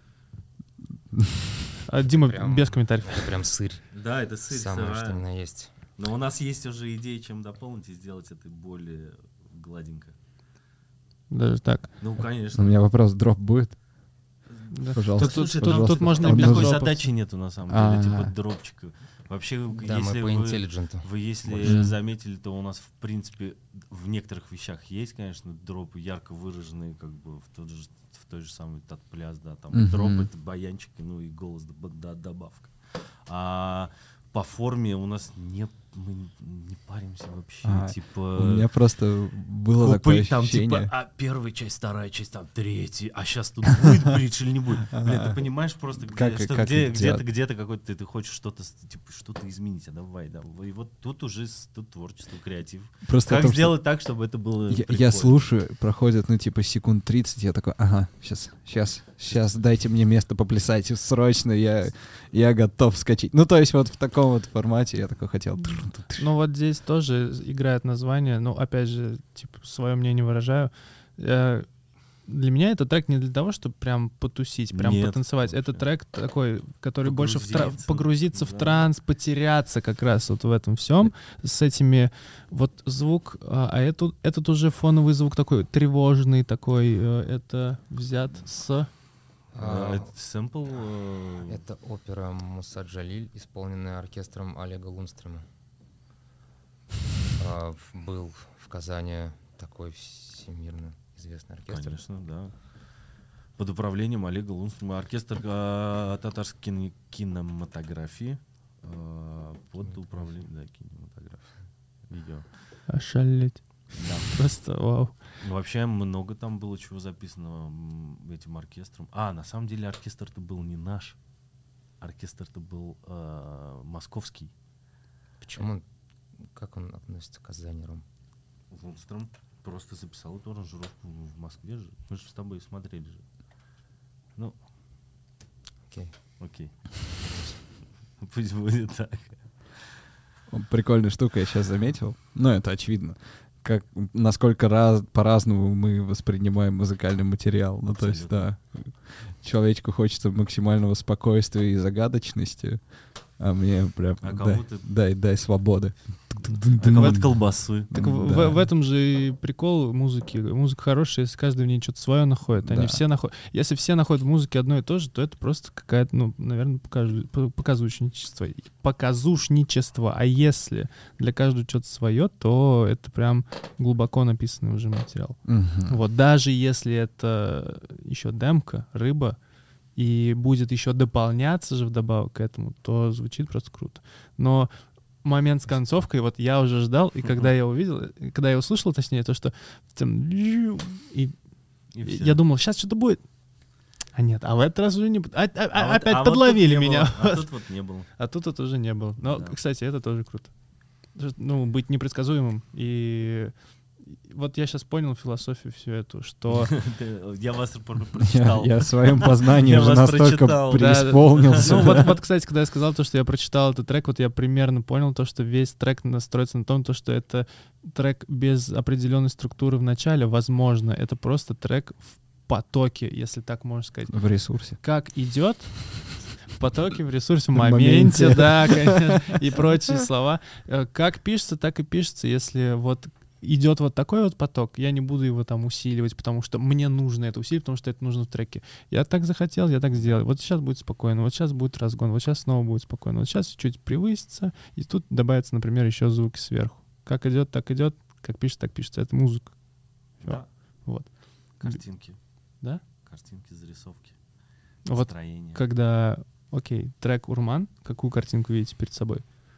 Дима, Прям- без комментариев. Это прям сырь. Да, это сырь Самое, сырая. что ни на есть. Но у нас есть уже идеи, чем дополнить и сделать это более гладенько. Даже так. Ну, У конечно. меня вопрос, дроп будет? Да. Пожалуйста. Слушай, тут можно там без такой дропов. задачи нету на самом А. деле, типа дропчика. Вообще, Да, если мы по вы, интеллидженту. вы если Больше. заметили, то у нас в принципе в некоторых вещах есть, конечно, дропы ярко выраженные, как бы в той же самой татпляс, да, там Мгм. дроп это баянчик, ну и голос добавка. А по форме у нас нет, мы не паримся вообще, типа. У меня просто было такое Там ощущение. типа, первая часть, вторая часть, там третья, а сейчас тут будет бридж или не будет. Блин, ты понимаешь просто, Как это делать? где-то какой-то ты хочешь что-то типа что-то изменить, а давай. И вот тут уже тут творчество, креатив. Просто Как о том, что сделать так, чтобы это было я прикольно? слушаю, проходит, ну, типа, секунд 30, я такой, ага, сейчас дайте мне место поплясать, срочно, я готов вскочить. Ну, то есть вот в таком вот формате я такой хотел. Ну вот здесь тоже играет название, ну опять же, типа, свое мнение выражаю. Для меня этот трек не для того, чтобы прям потусить, прям Нет, потанцевать. вообще. Это трек такой, который больше Погрузиться, погрузиться в да. транс, потеряться как раз вот в этом всем, с этими вот звук, а этот уже фоновый звук такой тревожный, такой, это взят с... Это сэмпл. Это опера Муса Джалиль, исполненная оркестром Олега Лунстрема. Был в Казани такой всемирно известный оркестр. Конечно, да. Под управлением Олега Лунстрема. Оркестр татарской кинематографии. Под управлением, да, кинематографии. Видео. Ошалеть. Да. Просто вау. Вообще много там было чего записано этим оркестром. На самом деле оркестр-то был не наш. Оркестр-то был московский. Почему? Как он относится к Казани, Ром? Лунстром просто записал эту аранжировку в Москве же. Мы же с тобой смотрели же. Ну, окей. Пусть будет так. Прикольная штука, я сейчас заметил. Ну, это очевидно. Насколько по-разному мы воспринимаем музыкальный материал. Ну, то есть, да, человечку хочется максимального спокойствия и загадочности, а мне прям дай свободы. А кому-то колбасы. Так в этом же и прикол музыки. Музыка хорошая, если каждый в ней что-то свое находит. Они все находят. Если все находят в музыке одно и то же, то это просто какая-то, ну, наверное, показушничество. А если для каждого что-то свое, то это прям глубоко написанный уже материал. Вот даже если это еще демка, рыба, и будет еще дополняться же вдобавок к этому, то звучит просто круто. Но момент с концовкой, вот я уже ждал, и когда я увидел, когда я услышал, точнее, то, что там, и я думал, сейчас что-то будет. А нет, а в этот раз уже не будет. Опять подловили меня. А тут вот не было. А тут это уже не было. Но, Да. кстати, это тоже круто. ну, быть непредсказуемым. И вот я сейчас понял философию всю эту, что... Я вас прочитал. Я своим познанием Я уже вас настолько прочитал. преисполнился. Ну, вот, кстати, когда я сказал то, что я прочитал этот трек, вот я примерно понял то, что весь трек настроится на том, то, что это трек без определенной структуры в начале, возможно. Это просто трек в потоке, если так можно сказать. В ресурсе. Как идет в потоке, в ресурсе, в моменте, да, конечно, и прочие слова. Как пишется, так и пишется. Если вот идет вот такой вот поток, я не буду его там усиливать, потому что мне нужно это усилить, потому что это нужно в треке. Я так захотел, я так сделал. Вот сейчас будет спокойно, вот сейчас будет разгон, вот сейчас снова будет спокойно, вот сейчас чуть привысится, и тут добавится, например, еще звуки сверху. Как идет, так идет, как пишется, так пишется. Это музыка. Всё. Да. Вот. Картинки. Да? Картинки, зарисовки. Вот Настроение. когда, окей, трек «Урман», какую картинку видите перед собой?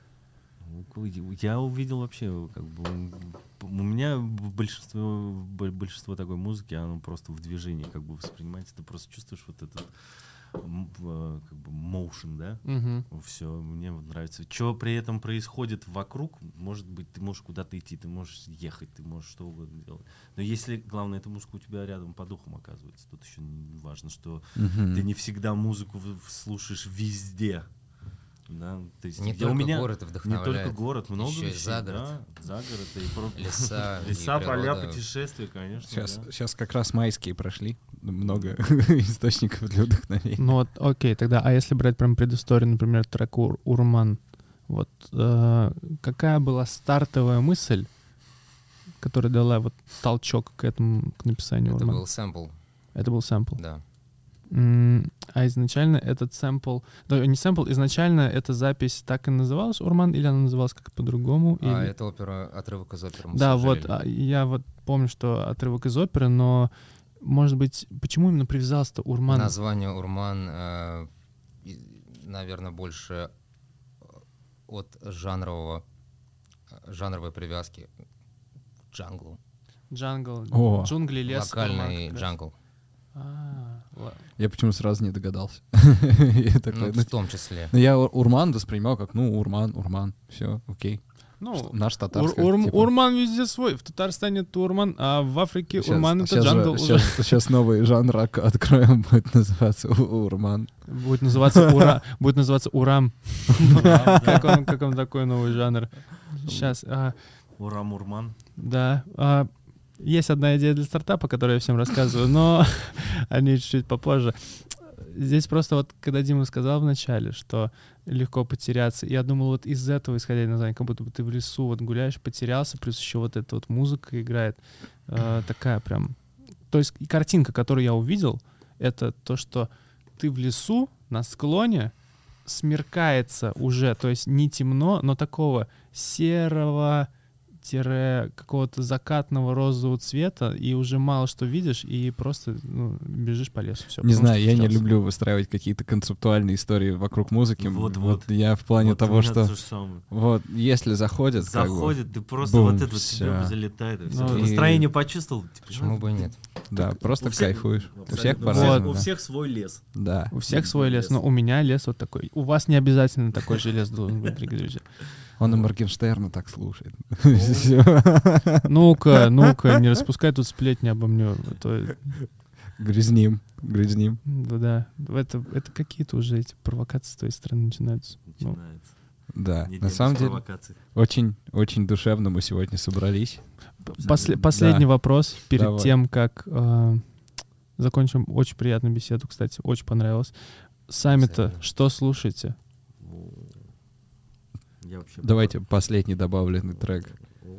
Я увидел вообще, как бы, у меня большинство такой музыки, оно просто в движении, как бы воспринимается, ты просто чувствуешь вот этот как бы motion, да? Все, мне вот нравится. Что при этом происходит вокруг, может быть, ты можешь куда-то идти, ты можешь ехать, ты можешь что угодно делать. Но если, главное, эта музыка у тебя рядом по духам оказывается, тут еще важно, что ты не всегда музыку слушаешь везде. Да, то есть не только у меня город вдохновляет. Не только город, много еще и вещей, за город. Да, за город. И леса, леса, и поля, природа. путешествия, конечно. Сейчас как раз майские прошли. Много источников для вдохновения. Ну вот, окей, тогда, а если брать прям предысторию, например, трека «Урман», вот какая была стартовая мысль, которая дала вот толчок к этому, к написанию Это «Урман»? был сэмпл. Это был сэмпл. Да. А изначально этот сэмпл... Да, не сэмпл, изначально эта запись так и называлась «Урман», или она называлась как-то по-другому? А или... это отрывок из оперы. Мы Да, сложили. вот, я вот помню, что отрывок из оперы, но, может быть, почему именно привязался-то «Урман»? Название «Урман», наверное, больше от жанровой привязки к джанглу. Джангл, О, джунгли, лес. Локальный Урман, джангл. Я почему сразу не догадался. Я такой, Ну, в том числе. ну, я Урман воспринимал как, ну, Урман, все, окей. Ну, Наш татарский. Урман везде свой. В Татарстане это Урман, а в Африке Урман это джангл уже. Сейчас новый жанр откроем, будет называться Урман. Будет называться Урам. Как он такой новый жанр? Сейчас. Урам-урман. Да. Есть одна идея для стартапа, которую я всем рассказываю, но о ней чуть-чуть попозже. Здесь просто вот, когда Дима сказал вначале, что легко потеряться, я думал, вот из этого, исходя из названия, как будто бы ты в лесу вот гуляешь, потерялся, плюс еще вот эта вот музыка играет, такая прям... То есть и картинка, которую я увидел, это то, что ты в лесу на склоне, смеркается уже, то есть не темно, но такого серого какого-то закатного розового цвета, и уже мало что видишь, и просто бежишь по лесу. Все, не знаю, я не люблю выстраивать какие-то концептуальные истории вокруг музыки. Вот. Я в плане Вот того, что то вот если заходит, ты просто бум, вот это вот всё. тебе залетает. И всё. Ну, Ты и- настроение почувствовал. Почему бы и нет? да, просто у всех- кайфуешь. У абсолютно. всех У по-разному. У да. всех свой лес. Да. У всех свой лес, но у меня лес вот такой. У вас не обязательно такой же лес должен быть, дорогие друзья. Он и Моргенштерна так слушает. Ну-ка, не распускай тут сплетни обо мне. Грязним. Да. Это какие-то уже эти провокации с твоей стороны начинаются. Начинается. Да, Нет, на самом без деле провокаций. очень душевно мы сегодня собрались. Последний Да. вопрос перед Давай. тем, как закончим очень приятную беседу, кстати, очень понравилось. Сами-то Взаимно. что слушаете? Я вообще Давайте последний добавленный трек.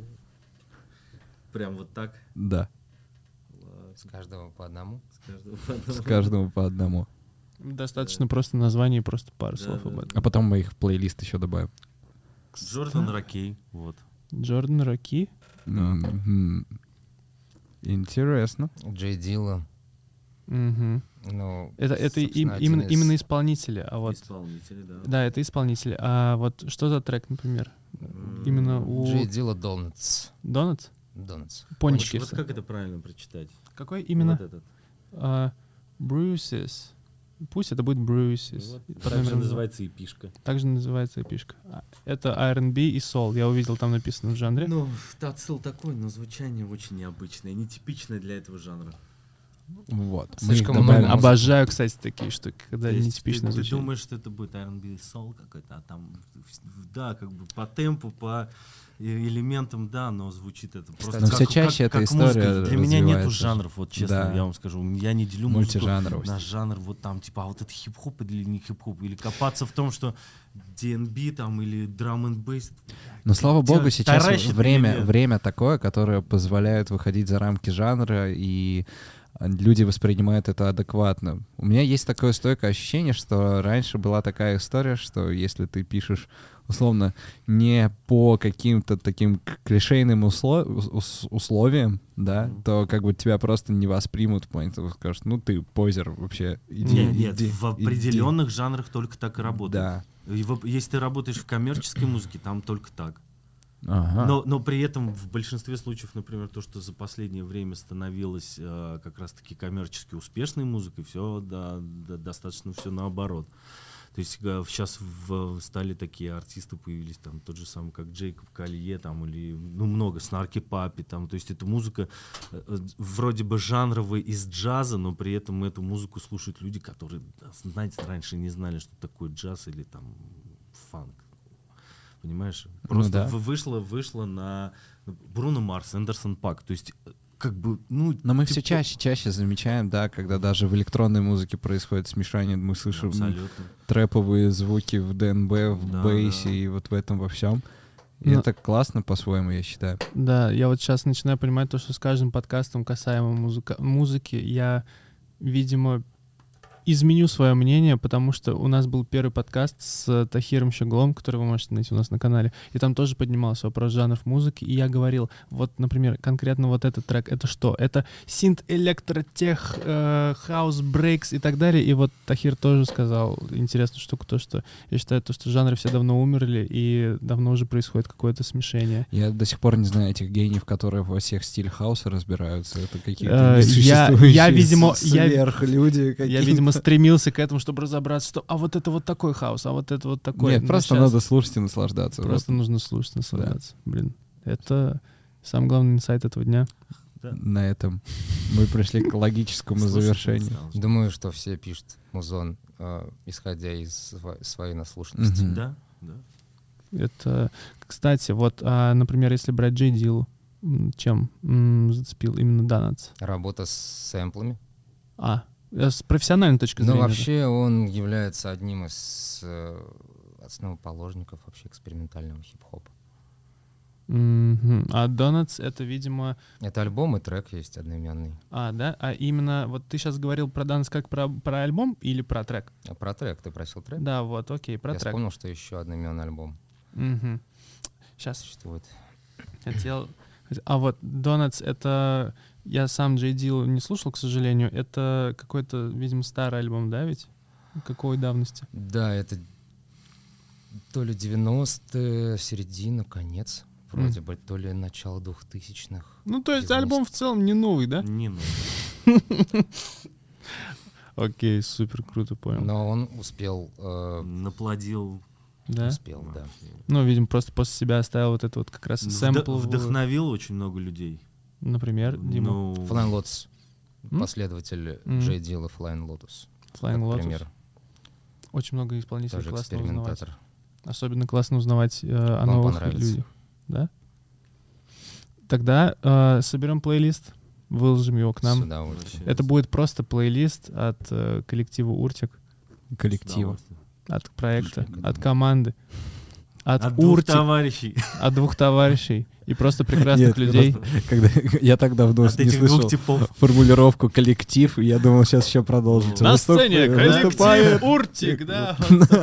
Прям вот так. Да, С каждого по одному. с каждому по одному. Достаточно просто название и просто пару Да, слов да. об этом. А потом мы их в плейлист еще добавим. Джордан Рокей. Вот. Джордан Роки. Мгм. Интересно. Джей Дилла. Мгм. Ну, Это собственно, один из- именно исполнители. А вот, Исполнители, да. да, это исполнители. А вот что за трек, например? Именно у Джей Дилла Donuts. Донатс? Donuts. Пончики. Вот как это правильно прочитать? Какой именно? Вот этот. Bruises. Пусть это будет Bruises. Вот. Под Также номером 2. называется эпишка. Также называется эпишка. Это R&B и Soul. Я увидел, там написано в жанре. Ну, отсыл такой, но звучание очень необычное, нетипичное для этого жанра. Вот. Слишком Мы их много добавим. Обожаю, кстати, такие штуки, когда То есть нетипично ты звучит. думаешь, что это будет R&B и Soul какой-то, а там, да, как бы по темпу, по элементам, да, но звучит это просто Но все чаще эта история музыка. Для меня нету развивается. жанров, вот честно, Да. я вам скажу. Я не делю музыку Мультижанровость. на жанр, вот там, типа, а вот это хип-хоп или не хип-хоп, или копаться в том, что DNB там или Drum and Bass. Но слава богу, сейчас таращит время меня. такое, которое позволяет выходить за рамки жанра, и люди воспринимают это адекватно. У меня есть такое стойкое ощущение, что раньше была такая история, что если ты пишешь условно не по каким-то таким клишейным условиям, да, то как бы тебя просто не воспримут, скажут, ну ты позер вообще, иди. Нет, иди, в определенных жанрах только так и работает. Да. Если ты работаешь в коммерческой музыке, там только так. Ага. Но при этом в большинстве случаев, например, то, что за последнее время становилось как раз-таки коммерчески успешной музыкой, все достаточно все наоборот. То есть сейчас стали такие артисты, появились там тот же самый, как Джейкоб Колье, там, или много, Снарки Папи, там, то есть это музыка вроде бы жанровая из джаза, но при этом эту музыку слушают люди, которые, знаете, раньше не знали, что такое джаз или там фанк. Понимаешь? Просто да. вышло на Бруно Марс, Эндерсон Пак. То есть, как бы, ну... Но мы типа... все чаще замечаем, да, когда даже в электронной музыке происходит смешание, мы слышим Абсолютно. трэповые звуки в ДНБ, в бейсе и вот в этом во всем. И это классно по-своему, я считаю. Да, я вот сейчас начинаю понимать то, что с каждым подкастом касаемо музыки я, видимо, изменю свое мнение, потому что у нас был первый подкаст с Тахиром Щеглом, который вы можете найти у нас на канале, и там тоже поднимался вопрос жанров музыки, и я говорил, вот, например, конкретно вот этот трек, это что? Это синт, электротех, хаус, брейкс и так далее, и вот Тахир тоже сказал интересную штуку, то, что я считаю, то, что жанры все давно умерли, и давно уже происходит какое-то смешение. Я до сих пор не знаю этих гениев, которые во всех стилях хауса разбираются. Это какие-то несуществующие я, видимо, сверхлюди какие-то. Я, видимо, стремился к этому, чтобы разобраться, что а вот это вот такой хаус, а вот это вот такой. Нет, Но просто щас надо слушать и наслаждаться. Просто нужно слушать, наслаждаться. Блин, это самый главный инсайт этого дня. На этом мы пришли к логическому завершению. Думаю, что все пишут музон, исходя из своей наслушанности. Мгм. Да. Это, кстати, вот, например, если брать Джей Дилу, чем зацепил именно Donuts? Работа с сэмплами. С профессиональной точки Но зрения. вообще он является одним из основоположников вообще экспериментального хип-хопа. Мгм. А Donuts — это, видимо... Это альбом и трек есть одноименный. Да? А именно, вот ты сейчас говорил про Donuts как про альбом или про трек? А про трек ты просил трек? Да, вот, окей, про Я трек. вспомнил, что еще одноименный альбом Сейчас существует. хотел... А вот Donuts — это... Я сам Джей Дилл не слушал, к сожалению. Это какой-то, видимо, старый альбом, да, ведь? Какой давности? Да, это то ли 90-е, середина, конец, вроде бы, то ли начало 2000-х. Ну, то есть альбом в целом не новый, да? Не нужно. Окей, супер, круто, понял. Но он успел, Наплодил. Да? успел, да. Ну, видимо, просто после себя оставил вот это вот как раз сэмпл. Вдохновил очень много людей. Например, Дима. Ну, Flying Lotus, М? последователь М. Джей Дилла Flying Lotus. Flying Lotus. Например, Очень много исполнителей тоже классно узнавать. экспериментатор. Особенно классно узнавать о Вам новых понравится. людях. Да? Тогда соберем плейлист, выложим его к С нам. удовольствием. Это будет просто плейлист от коллектива Уртик, Коллектива. от проекта, Слушай, от команды, от От двух Уртик, товарищей. от двух товарищей и просто прекрасных Нет, людей. Когда я так давно От не этих двух слышал типов. формулировку коллектив, и я думал, сейчас еще продолжится. На сцене Выступает. коллектив Уртик, да.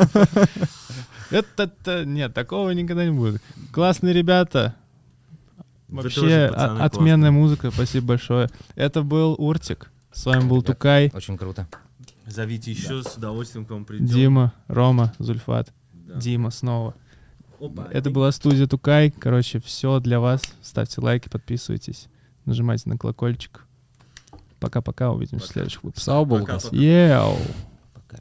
Это нет, такого никогда не будет. Классные ребята. Вы Вообще тоже, пацаны, отменная классные. музыка, спасибо большое. Это был Уртик, с вами был Тукай, Очень круто. Зовите еще, с удовольствием к вам придем. Дима, Рома, Зульфат, Да. Дима снова. Опа. Это была студия Тукай. Короче, все для вас. Ставьте лайки, подписывайтесь, нажимайте на колокольчик. Пока-пока, увидимся в следующих выпусках. Сауболгас. Пока-пока. Йоу! Пока.